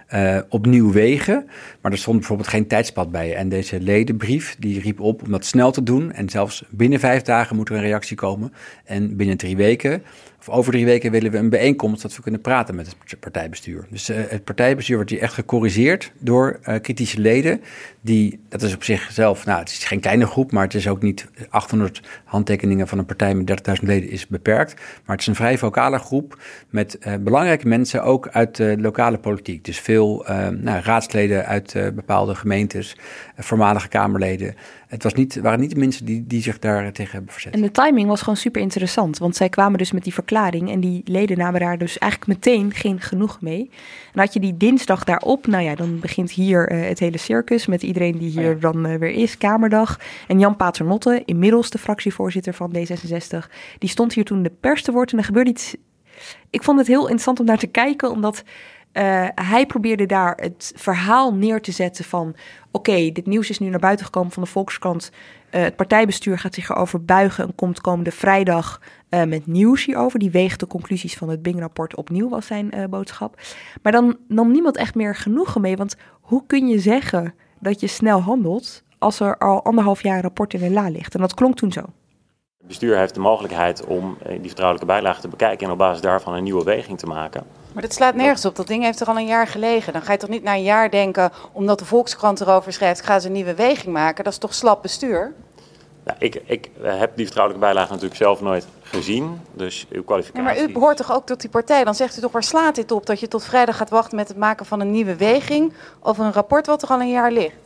uh, opnieuw wegen. Maar er stond bijvoorbeeld geen tijdspad bij. En deze ledenbrief die riep op om dat snel te doen. En zelfs binnen vijf dagen moet er een reactie komen. En binnen drie weken, of over drie weken, willen we een bijeenkomst dat we kunnen praten met het partijbestuur. Dus uh, het partijbestuur wordt hier echt gecorrigeerd door uh, kritische leden. Die, dat is op zichzelf, nou, het is geen kleine groep, maar het is ook niet achthonderd handtekeningen van een partij met dertigduizend leden is beperkt. Maar het is een vrij vocale groep met uh, belangrijke mensen, ook uit de lokale politiek. Dus veel uh, nou, raadsleden uit uh, bepaalde gemeentes, uh, voormalige Kamerleden. Het was niet, waren niet de mensen die, die zich daar tegen hebben verzet. En de timing was gewoon super interessant, want zij kwamen dus met die verklaring en die leden namen daar dus eigenlijk meteen geen genoeg mee. En had je die dinsdag daarop, nou ja, dan begint hier uh, het hele circus met iedereen die hier oh ja. dan uh, weer is, Kamerdag. En Jan Paternotte, inmiddels de fractievoorzitter van D zesenzestig, die stond hier toen de pers te woord en er gebeurde iets. Ik vond het heel interessant om naar te kijken, omdat Uh, hij probeerde daar het verhaal neer te zetten van oké, okay, dit nieuws is nu naar buiten gekomen van de Volkskrant. Uh, het partijbestuur gaat zich erover buigen en komt komende vrijdag uh, met nieuws hierover. Die weegt de conclusies van het Bing-rapport opnieuw, was zijn uh, boodschap. Maar dan nam niemand echt meer genoegen mee, want hoe kun je zeggen dat je snel handelt als er al anderhalf jaar een rapport in de la ligt? En dat klonk toen zo. Het bestuur heeft de mogelijkheid om die vertrouwelijke bijlage te bekijken en op basis daarvan een nieuwe weging te maken. Maar dat slaat nergens op. Dat ding heeft er al een jaar gelegen. Dan ga je toch niet na een jaar denken, omdat de Volkskrant erover schrijft, gaan ze een nieuwe weging maken. Dat is toch slap bestuur? Nou, ik, ik heb die vertrouwelijke bijlage natuurlijk zelf nooit gezien. Dus uw kwalificatie... Ja, maar u behoort toch ook tot die partij? Dan zegt u toch, waar slaat dit op? Dat je tot vrijdag gaat wachten met het maken van een nieuwe weging over een rapport wat er al een jaar ligt?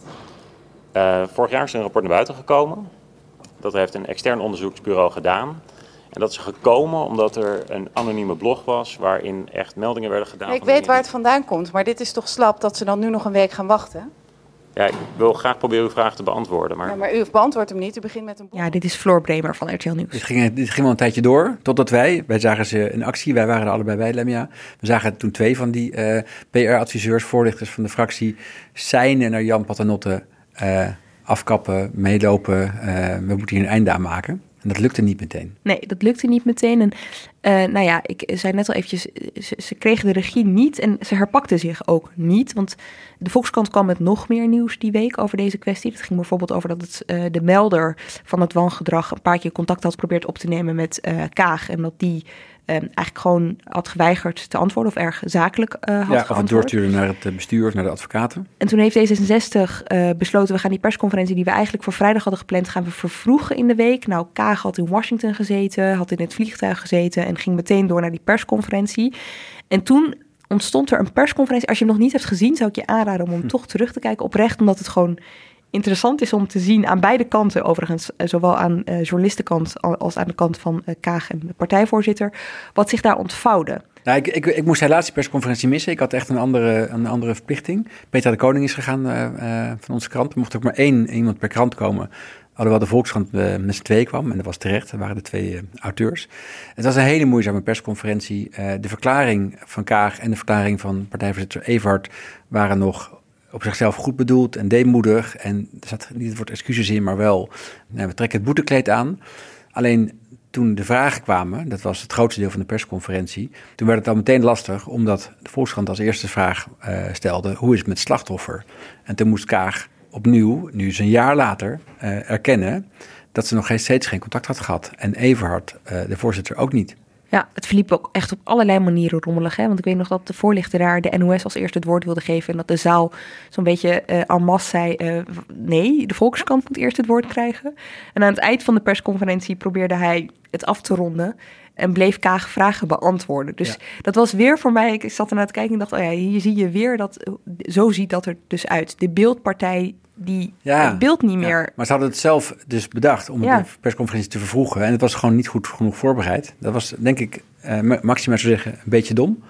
Uh, vorig jaar is er een rapport naar buiten gekomen. Dat heeft een extern onderzoeksbureau gedaan. En dat is gekomen omdat er een anonieme blog was waarin echt meldingen werden gedaan. Ja, ik weet waar het vandaan komt, maar dit is toch slap dat ze dan nu nog een week gaan wachten? Ja, ik wil graag proberen uw vraag te beantwoorden. Maar, ja, maar u beantwoordt hem niet, u begint met een... Ja, dit is Floor Bremer van R T L Nieuws. Dit ging, dit ging wel een tijdje door, totdat wij, wij zagen ze in actie, wij waren er allebei bij, Lemia. We zagen toen twee van die uh, P R-adviseurs, voorlichters van de fractie, seinen naar Jan Paternotte, uh, afkappen, meelopen, uh, we moeten hier een einde aan maken. En dat lukte niet meteen. Nee, dat lukte niet meteen. En uh, nou ja, ik zei net al eventjes, ze, ze kregen de regie niet en ze herpakten zich ook niet. Want de Volkskrant kwam met nog meer nieuws die week over deze kwestie. Het ging bijvoorbeeld over dat het, uh, de melder van het wangedrag een paar keer contact had geprobeerd op te nemen met uh, Kaag. En dat die uh, eigenlijk gewoon had geweigerd te antwoorden of erg zakelijk uh, had ja, geantwoord. Ja, of het doorsturen naar het bestuur of naar de advocaten. En toen heeft D zesenzestig uh, besloten, we gaan die persconferentie die we eigenlijk voor vrijdag hadden gepland, gaan we vervroegen in de week. Nou, Kaag had in Washington gezeten, had in het vliegtuig gezeten en ging meteen door naar die persconferentie. En toen ontstond er een persconferentie. Als je hem nog niet hebt gezien, zou ik je aanraden om hem hm. toch terug te kijken oprecht, omdat het gewoon interessant is om te zien aan beide kanten, overigens, zowel aan de uh, journalistenkant als aan de kant van uh, Kaag en de partijvoorzitter, wat zich daar ontvouwde. Nou, ik, ik, ik moest helaas die persconferentie missen. Ik had echt een andere, een andere verplichting. Petra de Koning is gegaan uh, uh, van onze krant. Er mocht ook maar één iemand per krant komen. Alhoewel de Volkskrant uh, met z'n twee kwam. En dat was terecht. Dat waren de twee uh, auteurs. Het was een hele moeizame persconferentie. Uh, de verklaring van Kaag en de verklaring van partijvoorzitter Everhart waren nog op zichzelf goed bedoeld en deemoedig. En er zat niet het woord excuses in, maar wel, nou, we trekken het boetekleed aan. Alleen toen de vragen kwamen, dat was het grootste deel van de persconferentie, toen werd het al meteen lastig, omdat de Volkskrant als eerste vraag uh, stelde, hoe is het met het slachtoffer? En toen moest Kaag opnieuw, nu is een jaar later, uh, erkennen dat ze nog steeds geen contact had gehad. En Everhart, uh, de voorzitter, ook niet. Ja, het verliep ook echt op allerlei manieren rommelig. Hè? Want ik weet nog dat de voorlichter daar de N O S als eerste het woord wilde geven. En dat de zaal zo'n beetje uh, en masse zei, uh, nee, de Volkskrant moet eerst het woord krijgen. En aan het eind van de persconferentie probeerde hij het af te ronden en bleef Kaag vragen beantwoorden. Dus ja. dat was weer voor mij, ik zat ernaar te kijken en dacht, oh ja, hier zie je weer dat, zo ziet dat er dus uit. De beeldpartij die ja, het beeld niet meer... Ja, maar ze hadden het zelf dus bedacht om ja. de persconferentie te vervroegen. En het was gewoon niet goed genoeg voorbereid. Dat was, denk ik, uh, Maxima zou zeggen, een beetje dom.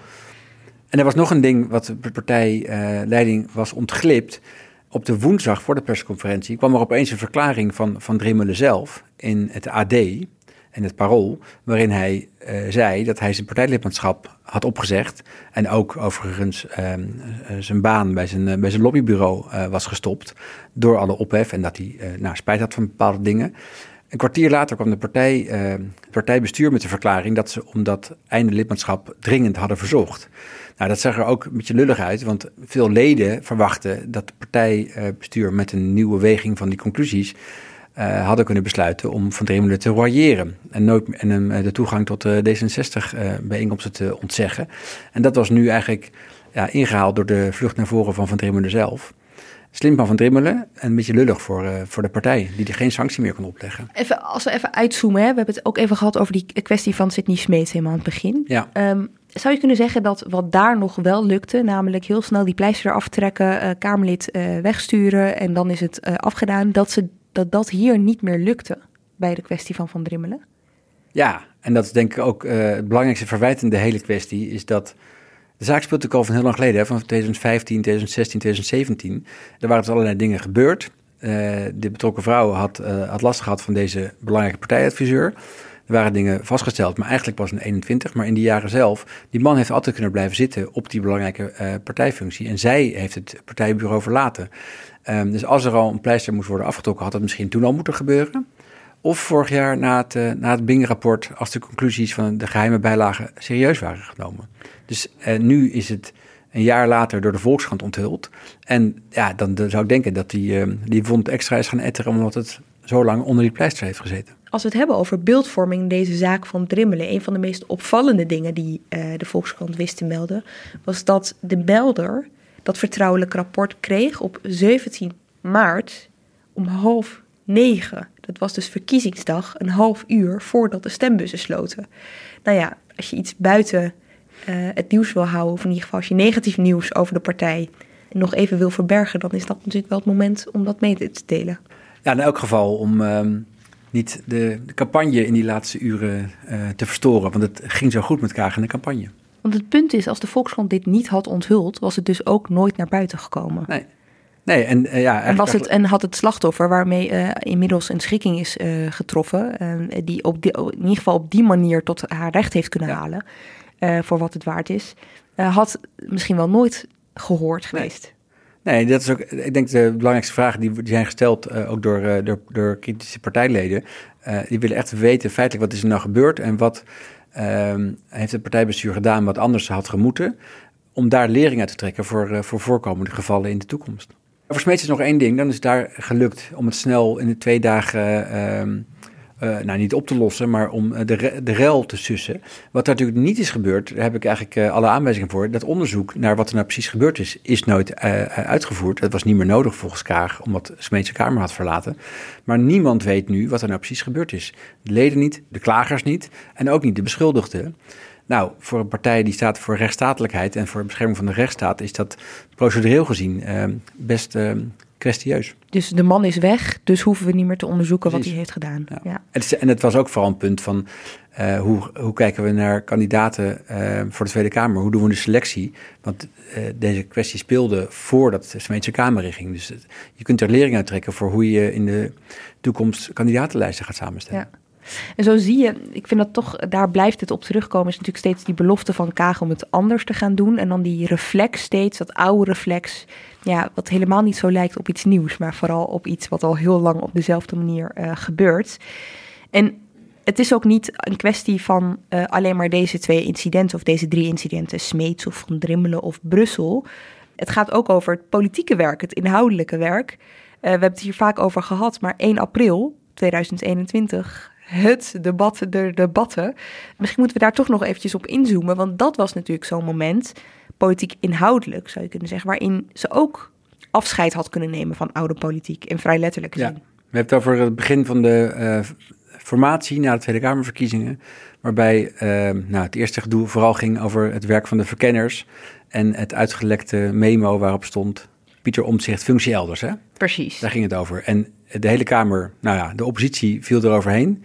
En er was nog een ding wat de partijleiding uh, was ontglipt. Op de woensdag voor de persconferentie kwam er opeens een verklaring van Van Drimmelen zelf in het A D en het Parool, waarin hij uh, zei dat hij zijn partijlidmaatschap had opgezegd en ook overigens uh, uh, zijn baan bij zijn, uh, bij zijn lobbybureau uh, was gestopt door alle ophef en dat hij uh, nou, spijt had van bepaalde dingen. Een kwartier later kwam de partij, uh, het partijbestuur met de verklaring dat ze om dat einde lidmaatschap dringend hadden verzocht. Nou, dat zag er ook een beetje lullig uit, want veel leden verwachten dat het partijbestuur met een nieuwe weging van die conclusies uh, hadden kunnen besluiten om Van Drimmelen te royeren en, nooit, en hem uh, de toegang tot de D zesenzestig-bijeenkomsten uh, te ontzeggen. En dat was nu eigenlijk ja, ingehaald door de vlucht naar voren van Van Drimmelen zelf. Slim van Van Drimmelen en een beetje lullig voor, uh, voor de partij, die er geen sanctie meer kon opleggen. Even, als we even uitzoomen, hè, we hebben het ook even gehad over die kwestie van Sidney Smeets helemaal aan het begin. Ja. Um, zou je kunnen zeggen dat wat daar nog wel lukte, namelijk heel snel die pleister eraf trekken, uh, Kamerlid uh, wegsturen en dan is het uh, afgedaan, dat, ze, dat dat hier niet meer lukte bij de kwestie van Van Drimmelen? Ja, en dat is denk ik ook uh, het belangrijkste verwijt in de hele kwestie, is dat de zaak speelt natuurlijk al van heel lang geleden, hè, van twintig vijftien, twintig zestien, twintig zeventien. Er waren dus allerlei dingen gebeurd. Uh, de betrokken vrouw had, uh, had last gehad van deze belangrijke partijadviseur. Er waren dingen vastgesteld, maar eigenlijk pas in eenentwintig. Maar in die jaren zelf, die man heeft altijd kunnen blijven zitten op die belangrijke uh, partijfunctie. En zij heeft het partijbureau verlaten. Um, dus als er al een pleister moest worden afgetrokken, had dat misschien toen al moeten gebeuren. Of vorig jaar na het, uh, na het Bing-rapport, als de conclusies van de geheime bijlagen serieus waren genomen. Dus uh, nu is het een jaar later door de Volkskrant onthuld. En ja, dan, dan zou ik denken dat die, uh, die wond extra is gaan etteren, omdat het zo lang onder die pleister heeft gezeten. Als we het hebben over beeldvorming in deze zaak van Drimmelen, een van de meest opvallende dingen die uh, de Volkskrant wist te melden, was dat de melder dat vertrouwelijk rapport kreeg op zeventien maart om half negen. Dat was dus verkiezingsdag, een half uur voordat de stembussen sloten. Nou ja, als je iets buiten uh, het nieuws wil houden, of in ieder geval als je negatief nieuws over de partij nog even wil verbergen, dan is dat natuurlijk wel het moment om dat mee te delen. Ja, in elk geval om um, niet de, de campagne in die laatste uren uh, te verstoren, want het ging zo goed met Kaag in de campagne. Want het punt is, als de Volkskrant dit niet had onthuld, was het dus ook nooit naar buiten gekomen. Nee. Nee, en, uh, ja, en, was het, en had het slachtoffer, waarmee uh, inmiddels een schikking is uh, getroffen, uh, die, op die in ieder geval op die manier tot haar recht heeft kunnen ja. halen, uh, voor wat het waard is, uh, had misschien wel nooit gehoord geweest. Nee, nee dat is ook, ik denk de belangrijkste vragen die, die zijn gesteld, uh, ook door, uh, door, door kritische partijleden. Uh, die willen echt weten feitelijk wat is er nou gebeurd en wat uh, heeft het partijbestuur gedaan wat anders had gemoeten, om daar lering uit te trekken voor, uh, voor voorkomende gevallen in de toekomst. Voor Smeets is nog één ding, dan is het daar gelukt om het snel in de twee dagen, uh, uh, nou niet op te lossen, maar om de, re- de rel te sussen. Wat daar natuurlijk niet is gebeurd, daar heb ik eigenlijk uh, alle aanwijzingen voor. Dat onderzoek naar wat er nou precies gebeurd is, is nooit uh, uitgevoerd. Dat was niet meer nodig volgens Kaag, omdat Smeets de Kamer had verlaten. Maar niemand weet nu wat er nou precies gebeurd is. De leden niet, de klagers niet en ook niet de beschuldigden. Nou, voor een partij die staat voor rechtsstatelijkheid en voor bescherming van de rechtsstaat is dat procedureel gezien uh, best uh, kwestieus. Dus de man is weg, dus hoeven we niet meer te onderzoeken Precies. wat hij heeft gedaan. Ja. Ja. Het is, en het was ook vooral een punt van uh, hoe, hoe kijken we naar kandidaten uh, voor de Tweede Kamer? Hoe doen we de selectie? Want uh, deze kwestie speelde voordat de Smeetse Kamer inging. Dus het, je kunt er lering uit trekken voor hoe je in de toekomst kandidatenlijsten gaat samenstellen. Ja. En zo zie je, ik vind dat toch, daar blijft het op terugkomen, is natuurlijk steeds die belofte van Kaag om het anders te gaan doen. En dan die reflex steeds, dat oude reflex, ja, wat helemaal niet zo lijkt op iets nieuws, maar vooral op iets wat al heel lang op dezelfde manier uh, gebeurt. En het is ook niet een kwestie van uh, alleen maar deze twee incidenten of deze drie incidenten, Smeets of Van Drimmelen of Brussel. Het gaat ook over het politieke werk, het inhoudelijke werk. Uh, we hebben het hier vaak over gehad, maar één april tweeduizend eenentwintig... het debat, de debatten. Misschien moeten we daar toch nog eventjes op inzoomen, want dat was natuurlijk zo'n moment, politiek inhoudelijk zou je kunnen zeggen, waarin ze ook afscheid had kunnen nemen van oude politiek, in vrij letterlijke zin. Ja, we hebben het over het begin van de uh, formatie na de Tweede Kamerverkiezingen, waarbij uh, nou, het eerste gedoe vooral ging over het werk van de verkenners en het uitgelekte memo waarop stond Pieter Omtzigt, functie elders. Hè? Precies. Daar ging het over. En de hele Kamer, nou ja, de oppositie viel eroverheen.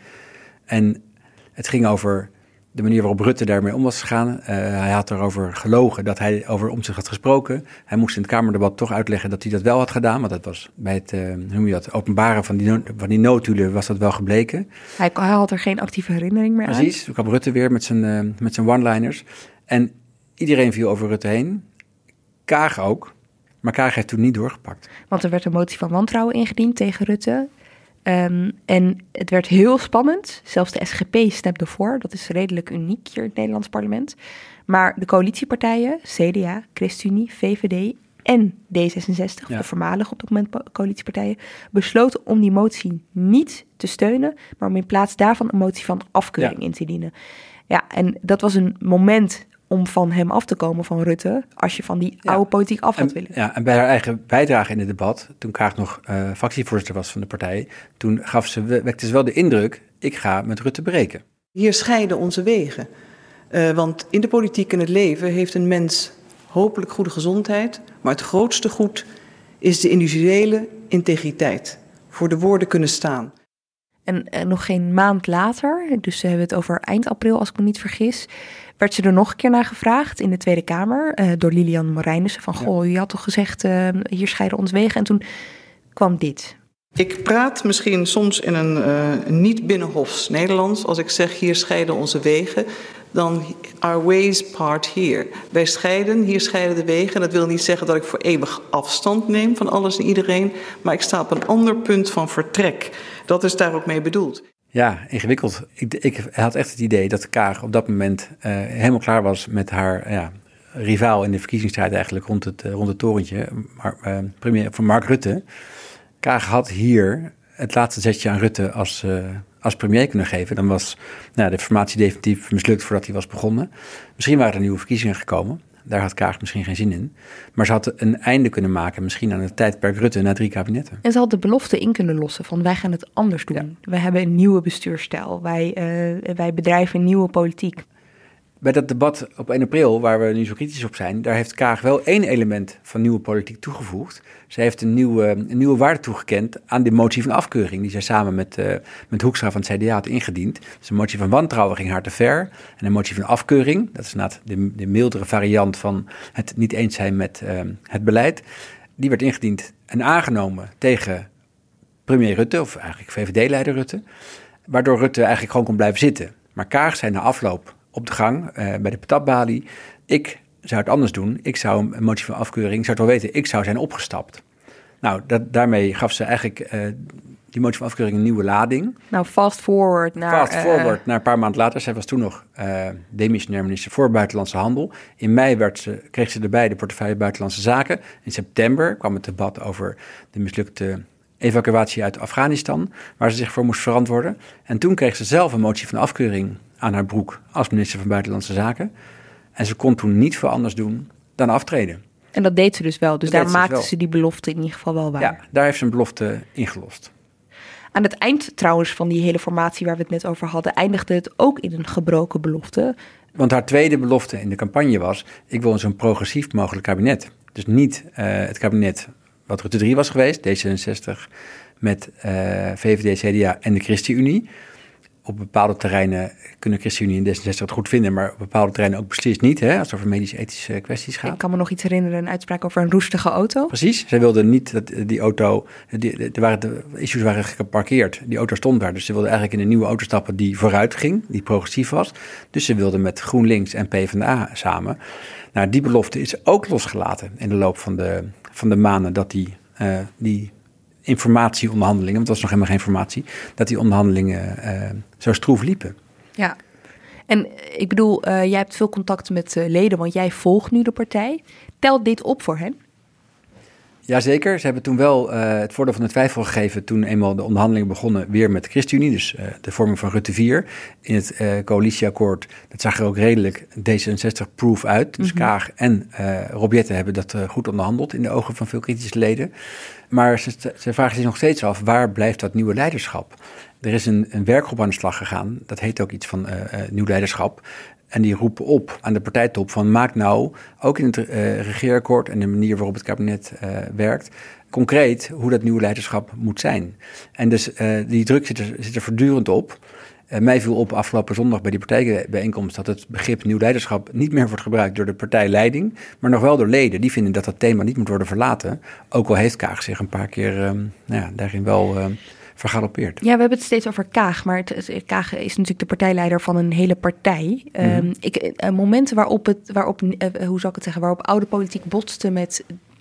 En het ging over de manier waarop Rutte daarmee om was gegaan. Uh, hij had erover gelogen dat hij over Omtzigt had gesproken. Hij moest in het Kamerdebat toch uitleggen dat hij dat wel had gedaan. Want dat was bij het uh, hoe noem je dat, openbaren van die, no- van die notulen was dat wel gebleken. Hij, hij had er geen actieve herinnering meer Precies, aan. Precies, toen kwam Rutte weer met zijn, uh, met zijn one-liners. En iedereen viel over Rutte heen. Kaag ook. Maar Kaag heeft toen niet doorgepakt. Want er werd een motie van wantrouwen ingediend tegen Rutte. Um, en het werd heel spannend. Zelfs de S G P stemde voor. Dat is redelijk uniek hier in het Nederlands parlement. Maar de coalitiepartijen, C D A, ChristenUnie, V V D en D zesenzestig, ja. de voormalige op dat moment coalitiepartijen, besloten om die motie niet te steunen, maar om in plaats daarvan een motie van afkeuring ja. in te dienen. Ja, en dat was een moment om van hem af te komen, van Rutte, als je van die ja. oude politiek af had en, willen. Ja, en bij haar eigen bijdrage in het debat, toen Kaag nog uh, fractievoorzitter was van de partij, toen gaf ze, wekte ze wel de indruk, ik ga met Rutte breken. Hier scheiden onze wegen. Uh, want in de politiek en het leven heeft een mens hopelijk goede gezondheid, maar het grootste goed is de individuele integriteit. Voor de woorden kunnen staan. En uh, nog geen maand later, dus we hebben het over eind april als ik me niet vergis, werd ze er nog een keer naar gevraagd in de Tweede Kamer uh, door Lilian Marijnissen van, goh, u had toch gezegd, uh, hier scheiden ons wegen. En toen kwam dit. Ik praat misschien soms in een uh, niet binnenhofs Nederlands. Als ik zeg, hier scheiden onze wegen, dan our ways part here. Wij scheiden, hier scheiden de wegen. En dat wil niet zeggen dat ik voor eeuwig afstand neem van alles en iedereen. Maar ik sta op een ander punt van vertrek. Dat is daar ook mee bedoeld. Ja, ingewikkeld. Ik, ik had echt het idee dat Kaag op dat moment uh, helemaal klaar was met haar ja, rivaal in de verkiezingsstrijd eigenlijk rond het, uh, rond het torentje. Maar, uh, premier van Mark Rutte. Kaag had hier het laatste zetje aan Rutte als, uh, als premier kunnen geven. Dan was nou, de formatie definitief mislukt voordat hij was begonnen. Misschien waren er nieuwe verkiezingen gekomen. Daar had Kaag misschien geen zin in. Maar ze had een einde kunnen maken, misschien aan het tijdperk Rutte na drie kabinetten. En ze had de belofte in kunnen lossen van wij gaan het anders doen. Ja. We hebben een nieuwe bestuursstijl. Wij, uh, wij bedrijven een nieuwe politiek. Bij dat debat op één april, waar we nu zo kritisch op zijn, daar heeft Kaag wel één element van nieuwe politiek toegevoegd. Ze heeft een nieuwe, een nieuwe waarde toegekend aan de motie van afkeuring, die zij samen met, uh, met Hoekstra van het C D A had ingediend. Dus een motie van wantrouwen ging haar te ver. En een motie van afkeuring, dat is inderdaad de, de mildere variant van het niet eens zijn met uh, het beleid, die werd ingediend en aangenomen tegen premier Rutte, of eigenlijk V V D-leider Rutte, waardoor Rutte eigenlijk gewoon kon blijven zitten. Maar Kaag zei na afloop op de gang, uh, bij de patatbalie, ik zou het anders doen. Ik zou een motie van afkeuring, ik zou het wel weten, ik zou zijn opgestapt. Nou, dat, daarmee gaf ze eigenlijk uh, die motie van afkeuring een nieuwe lading. Nou, fast forward naar... Fast forward uh, naar een paar maanden later. Zij was toen nog uh, demissionair minister voor Buitenlandse Handel. In mei werd ze, kreeg ze erbij de portefeuille Buitenlandse Zaken. In september kwam het debat over de mislukte evacuatie uit Afghanistan, waar ze zich voor moest verantwoorden. En toen kreeg ze zelf een motie van afkeuring aan haar broek als minister van Buitenlandse Zaken. En ze kon toen niet veel anders doen dan aftreden. En dat deed ze dus wel. Dus dat daar maakte ze, ze die belofte in ieder geval wel waar. Ja, daar heeft ze een belofte ingelost. Aan het eind trouwens van die hele formatie waar we het net over hadden, eindigde het ook in een gebroken belofte. Want haar tweede belofte in de campagne was, ik wil een zo'n progressief mogelijk kabinet. Dus niet uh, het kabinet wat Rutte drie was geweest, D zesenzestig, met uh, V V D, C D A en de ChristenUnie. Op bepaalde terreinen kunnen ChristenUnie en D zesenzestig het goed vinden, maar op bepaalde terreinen ook beslist niet, hè, als het over medisch-ethische kwesties gaat. Ik kan me nog iets herinneren, een uitspraak over een roestige auto. Precies, zij wilden niet dat die auto, die, de, waren de issues waren geparkeerd, die auto stond daar, dus ze wilden eigenlijk in een nieuwe auto stappen die vooruit ging, die progressief was. Dus ze wilden met GroenLinks en PvdA samen. Nou, die belofte is ook losgelaten in de loop van de, van de maanden dat die, uh, die informatieonderhandelingen, want het was nog helemaal geen informatie, dat die onderhandelingen uh, zo stroef liepen. Ja, en ik bedoel, uh, jij hebt veel contact met uh, leden, want jij volgt nu de partij. Telt dit op voor hen? Jazeker, ze hebben toen wel uh, het voordeel van de twijfel gegeven toen eenmaal de onderhandelingen begonnen weer met de ChristenUnie, dus uh, de vorming van Rutte vier. In het uh, coalitieakkoord, dat zag er ook redelijk D zesenzestig-proof uit. Dus mm-hmm. Kaag en uh, Rob Jetten hebben dat uh, goed onderhandeld in de ogen van veel kritische leden. Maar ze, ze vragen zich nog steeds af, waar blijft dat nieuwe leiderschap? Er is een, een werkgroep aan de slag gegaan, dat heet ook iets van uh, uh, nieuw leiderschap. En die roepen op aan de partijtop van maak nou, ook in het uh, regeerakkoord en de manier waarop het kabinet uh, werkt, concreet hoe dat nieuwe leiderschap moet zijn. En dus uh, die druk zit er, zit er voortdurend op. Uh, mij viel op afgelopen zondag bij die partijbijeenkomst dat het begrip nieuw leiderschap niet meer wordt gebruikt door de partijleiding, maar nog wel door leden. Die vinden dat dat thema niet moet worden verlaten. Ook al heeft Kaag zich een paar keer uh, nou ja, daarin wel Uh, vergalopeerd. Ja, we hebben het steeds over Kaag, maar het, het, Kaag is natuurlijk de partijleider van een hele partij. Mm-hmm. Um, ik, uh, momenten waarop het, waarop, uh, hoe zou ik het zeggen, waarop oude politiek botste met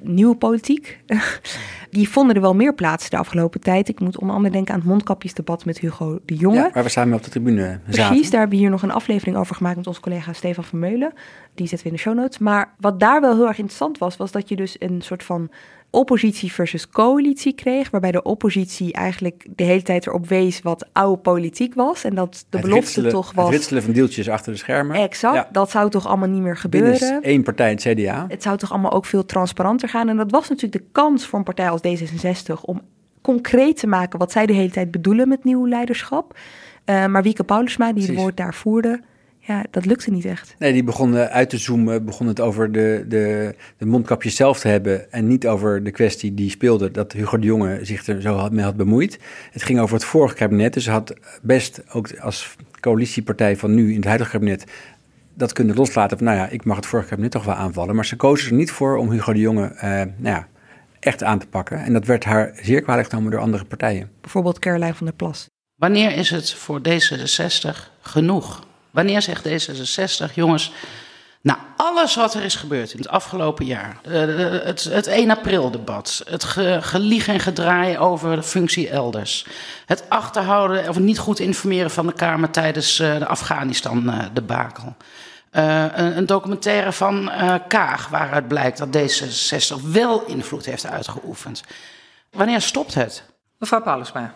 nieuwe politiek. Die vonden er wel meer plaats de afgelopen tijd. Ik moet onder andere denken aan het mondkapjesdebat met Hugo de Jonge. Ja, waar we samen op de tribune zaten. Precies, daar hebben we hier nog een aflevering over gemaakt met onze collega Stefan Vermeulen. Die zetten we in de show notes. Maar wat daar wel heel erg interessant was, was dat je dus een soort van oppositie versus coalitie kreeg, waarbij de oppositie eigenlijk de hele tijd erop wees wat oude politiek was. En dat de het belofte toch was... Het ritselen van deeltjes achter de schermen. Exact, ja. Dat zou toch allemaal niet meer gebeuren. Binnen één partij, het C D A. Het zou toch allemaal ook veel transparanter gaan. En dat was natuurlijk de kans voor een partij als D zesenzestig om concreet te maken wat zij de hele tijd bedoelen met nieuw leiderschap. Uh, maar Wieke Paulusma, die Precies. het woord daar voerde, ja, dat lukte niet echt. Nee, die begon uit te zoomen, begon het over de, de, de mondkapjes zelf te hebben en niet over de kwestie die speelde, dat Hugo de Jonge zich er zo mee had bemoeid. Het ging over het vorige kabinet, dus ze had best ook als coalitiepartij van nu in het huidige kabinet dat kunnen loslaten van, nou ja, ik mag het vorige kabinet toch wel aanvallen, maar ze kozen er niet voor om Hugo de Jonge, uh, nou ja, echt aan te pakken. En dat werd haar zeer kwalijk genomen door andere partijen. Bijvoorbeeld Caroline van der Plas. Wanneer is het voor D zesenzestig genoeg? Wanneer zegt D zesenzestig, jongens, nou, alles wat er is gebeurd in het afgelopen jaar, uh, het, het één april debat, het ge, gelieg en gedraai over de functie elders, het achterhouden of niet goed informeren van de Kamer tijdens uh, de Afghanistan-debakel. Uh, een, een documentaire van uh, Kaag, waaruit blijkt dat D zesenzestig wel invloed heeft uitgeoefend. Wanneer stopt het? Mevrouw Paulusma.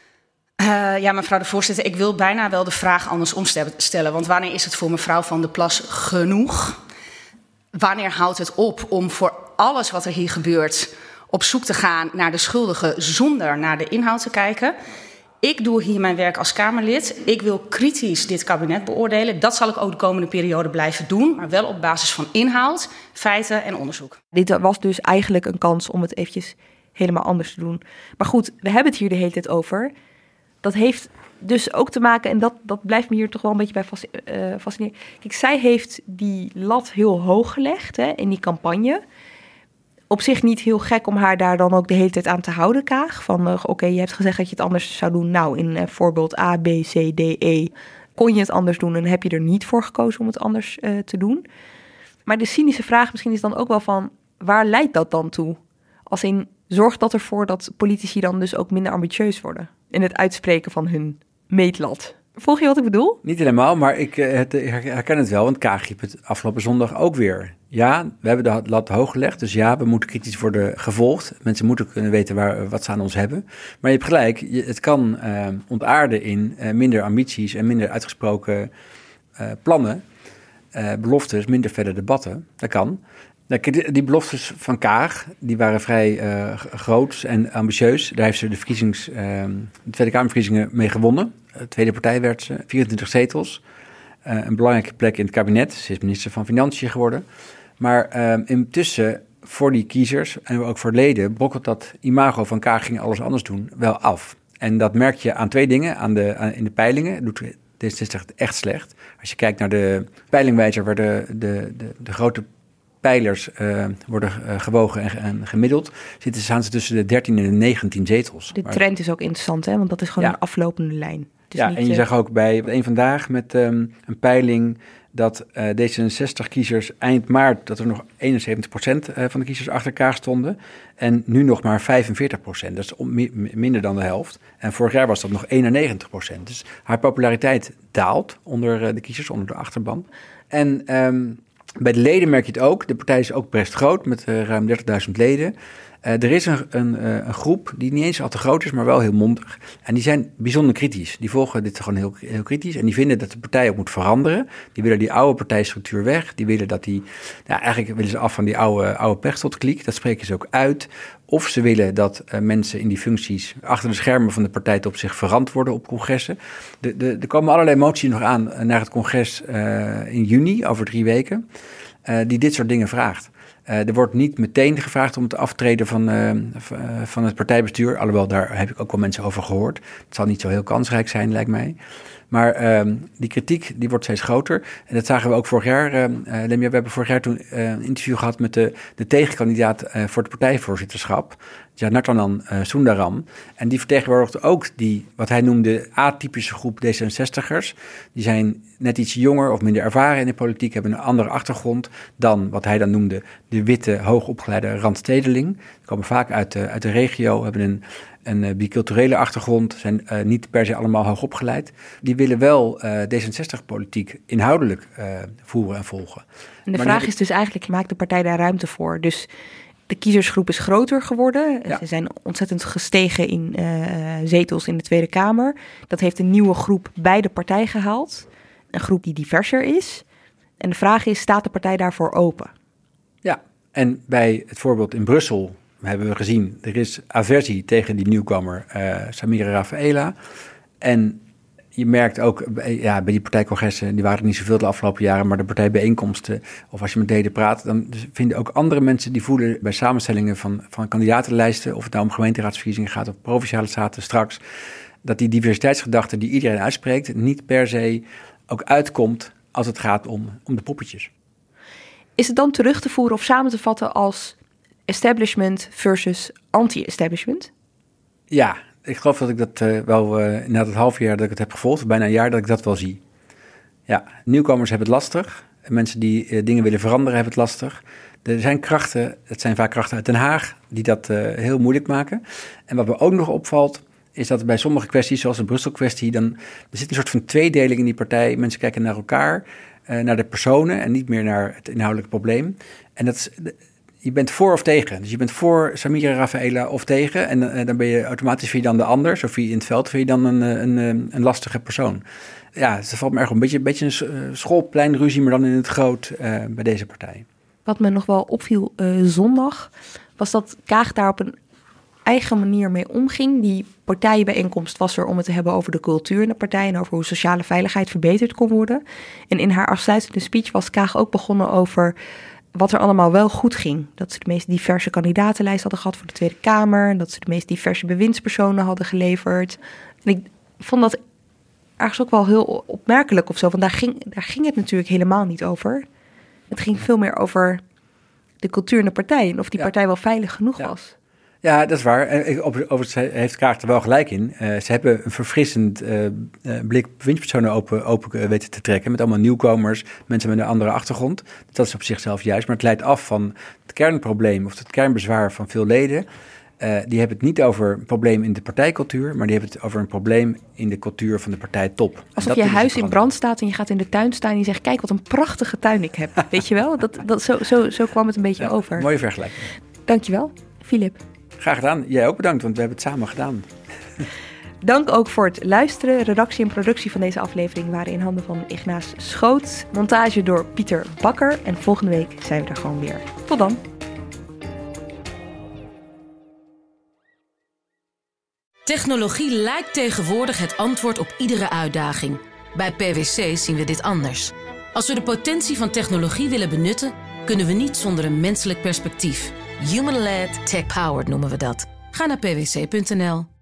Uh, ja, mevrouw de voorzitter, ik wil bijna wel de vraag andersom stellen. Want wanneer is het voor mevrouw Van der Plas genoeg? Wanneer houdt het op om voor alles wat er hier gebeurt op zoek te gaan naar de schuldigen zonder naar de inhoud te kijken? Ik doe hier mijn werk als Kamerlid. Ik wil kritisch dit kabinet beoordelen. Dat zal ik ook de komende periode blijven doen. Maar wel op basis van inhoud, feiten en onderzoek. Dit was dus eigenlijk een kans om het eventjes helemaal anders te doen. Maar goed, we hebben het hier de hele tijd over. Dat heeft dus ook te maken, en dat, dat blijft me hier toch wel een beetje bij fascineren. Kijk, zij heeft die lat heel hoog gelegd, hè, in die campagne. Op zich niet heel gek om haar daar dan ook de hele tijd aan te houden, Kaag. Van, uh, oké, okay, je hebt gezegd dat je het anders zou doen. Nou, in uh, voorbeeld A, B, C, D, E kon je het anders doen en heb je er niet voor gekozen om het anders uh, te doen. Maar de cynische vraag misschien is dan ook wel van, waar leidt dat dan toe? Als in, zorgt dat ervoor dat politici dan dus ook minder ambitieus worden in het uitspreken van hun meetlat? Volg je wat ik bedoel? Niet helemaal, maar ik uh, het, herken het wel, want Kaag riep het afgelopen zondag ook weer. Ja, we hebben de lat hoog gelegd, dus ja, we moeten kritisch worden gevolgd. Mensen moeten kunnen weten waar, wat ze aan ons hebben. Maar je hebt gelijk, je, het kan uh, ontaarden in uh, minder ambities en minder uitgesproken uh, plannen, uh, beloftes, minder verder debatten. Dat kan. Die, die beloftes van Kaag, die waren vrij uh, groot en ambitieus. Daar heeft ze de, verkiezings, uh, de Tweede Kamerverkiezingen mee gewonnen. De tweede partij werd ze, vierentwintig zetels. Uh, een belangrijke plek in het kabinet. Ze is minister van Financiën geworden. Maar uh, intussen, voor die kiezers en ook voor leden, brokkelt dat imago van Kaag ging alles anders doen wel af. En dat merk je aan twee dingen. Aan de, aan, in de peilingen doet D zesenzestig echt slecht. Als je kijkt naar de peilingwijzer waar de, de, de, de grote pijlers uh, worden uh, gewogen en, en gemiddeld, zitten staan ze tussen de dertien en de negentien zetels. De maar, trend is ook interessant, hè? Want dat is gewoon ja. een aflopende lijn. Dus ja, niet, en je uh... zag ook bij Eén Vandaag met um, een peiling dat uh, D zesenzestig-kiezers eind maart, dat er nog eenenzeventig procent uh, van de kiezers achter Kaag stonden. En nu nog maar vijfenveertig procent. Dat is om, mi- minder dan de helft. En vorig jaar was dat nog eenennegentig procent. Dus haar populariteit daalt onder uh, de kiezers, onder de achterban. En um, bij de leden merk je het ook. De partij is ook best groot, met uh, ruim dertigduizend leden. Uh, er is een, een, uh, een groep die niet eens al te groot is, maar wel heel mondig. En die zijn bijzonder kritisch. Die volgen dit gewoon heel, heel kritisch. En die vinden dat de partij ook moet veranderen. Die willen die oude partijstructuur weg. Die willen dat die, nou, eigenlijk willen ze af van die oude, oude Pechtold-kliek. Dat spreken ze ook uit. Of ze willen dat uh, mensen in die functies achter de schermen van de partij op zich verantwoorden op congressen. De, de, er komen allerlei moties nog aan naar het congres uh, in juni, over drie weken, uh, die dit soort dingen vraagt. Uh, er wordt niet meteen gevraagd om het aftreden van, uh, van het partijbestuur. Alhoewel, daar heb ik ook wel mensen over gehoord. Het zal niet zo heel kansrijk zijn, lijkt mij. Maar uh, die kritiek die wordt steeds groter. En dat zagen we ook vorig jaar. Uh, Lemia, we hebben vorig jaar toen uh, een interview gehad met de, de tegenkandidaat uh, voor het partijvoorzitterschap, Janardanan uh, Sundaram. En die vertegenwoordigde ook die, wat hij noemde, atypische groep D zesenzestigers. Die zijn net iets jonger of minder ervaren in de politiek, hebben een andere achtergrond dan wat hij dan noemde de witte, hoogopgeleide randstedeling. Die komen vaak uit de, uit de regio, hebben een, een biculturele achtergrond, zijn uh, niet per se allemaal hoogopgeleid. Die willen wel uh, D zesenzestig-politiek inhoudelijk uh, voeren en volgen. En de maar vraag heb... is dus eigenlijk, maakt de partij daar ruimte voor? Dus de kiezersgroep is groter geworden. Ja. Ze zijn ontzettend gestegen in uh, zetels in de Tweede Kamer. Dat heeft een nieuwe groep bij de partij gehaald. Een groep die diverser is. En de vraag is, staat de partij daarvoor open? Ja, en bij het voorbeeld in Brussel hebben we gezien, er is aversie tegen die nieuwkomer uh, Samira Rafaela. En je merkt ook, ja, bij die partijcongressen, die waren er niet zoveel de afgelopen jaren, maar de partijbijeenkomsten, of als je met leden praat, dan vinden ook andere mensen die voelen bij samenstellingen van, van kandidatenlijsten, of het nou om gemeenteraadsverkiezingen gaat of provinciale staten straks, dat die diversiteitsgedachte die iedereen uitspreekt, niet per se ook uitkomt als het gaat om, om de poppetjes. Is het dan terug te voeren of samen te vatten als establishment versus anti-establishment? Ja, ik geloof dat ik dat uh, wel uh, na het half jaar dat ik het heb gevolgd, bijna een jaar, dat ik dat wel zie. Ja, nieuwkomers hebben het lastig. Mensen die uh, dingen willen veranderen hebben het lastig. Er zijn krachten, het zijn vaak krachten uit Den Haag, die dat uh, heel moeilijk maken. En wat me ook nog opvalt, is dat bij sommige kwesties, zoals de Brussel-kwestie, dan er zit een soort van tweedeling in die partij. Mensen kijken naar elkaar, uh, naar de personen en niet meer naar het inhoudelijke probleem. En dat is, je bent voor of tegen. Dus je bent voor Samira Rafaela of tegen. En uh, dan ben je automatisch vind je dan de ander. Zo vind je in het veld vind je dan een, een, een, een lastige persoon. Ja, het valt me erg op. Een beetje, een beetje een schoolpleinruzie, maar dan in het groot uh, bij deze partij. Wat me nog wel opviel uh, zondag, was dat Kaag daar op een eigen manier mee omging. Die partijbijeenkomst was er om het te hebben over de cultuur in de partij en over hoe sociale veiligheid verbeterd kon worden. En in haar afsluitende speech was Kaag ook begonnen over wat er allemaal wel goed ging. Dat ze de meest diverse kandidatenlijst hadden gehad voor de Tweede Kamer. En dat ze de meest diverse bewindspersonen hadden geleverd. En ik vond dat ergens ook wel heel opmerkelijk of zo. Want daar ging, daar ging het natuurlijk helemaal niet over. Het ging veel meer over de cultuur in de partij. En of die ja. partij wel veilig genoeg ja. was. Ja, dat is waar. Overigens heeft Kaag er wel gelijk in. Uh, ze hebben een verfrissend uh, blik bewindspersonen open, open weten te trekken. Met allemaal nieuwkomers, mensen met een andere achtergrond. Dat is op zichzelf juist. Maar het leidt af van het kernprobleem of het kernbezwaar van veel leden. Uh, die hebben het niet over een probleem in de partijcultuur, maar die hebben het over een probleem in de cultuur van de partijtop. Alsof je huis in brand staat en je gaat in de tuin staan en je zegt, kijk wat een prachtige tuin ik heb. Weet je wel? Dat, dat, zo, zo, zo kwam het een beetje ja, over. Mooie vergelijking. Dankjewel, Filip. Graag gedaan. Jij ook bedankt, want we hebben het samen gedaan. Dank ook voor het luisteren. Redactie en productie van deze aflevering waren in handen van Ignaas Schoot. Montage door Pieter Bakker. En volgende week zijn we er gewoon weer. Tot dan. Technologie lijkt tegenwoordig het antwoord op iedere uitdaging. Bij P W C zien we dit anders. Als we de potentie van technologie willen benutten, kunnen we niet zonder een menselijk perspectief. Human-led, tech-powered noemen we dat. Ga naar p w c punt n l.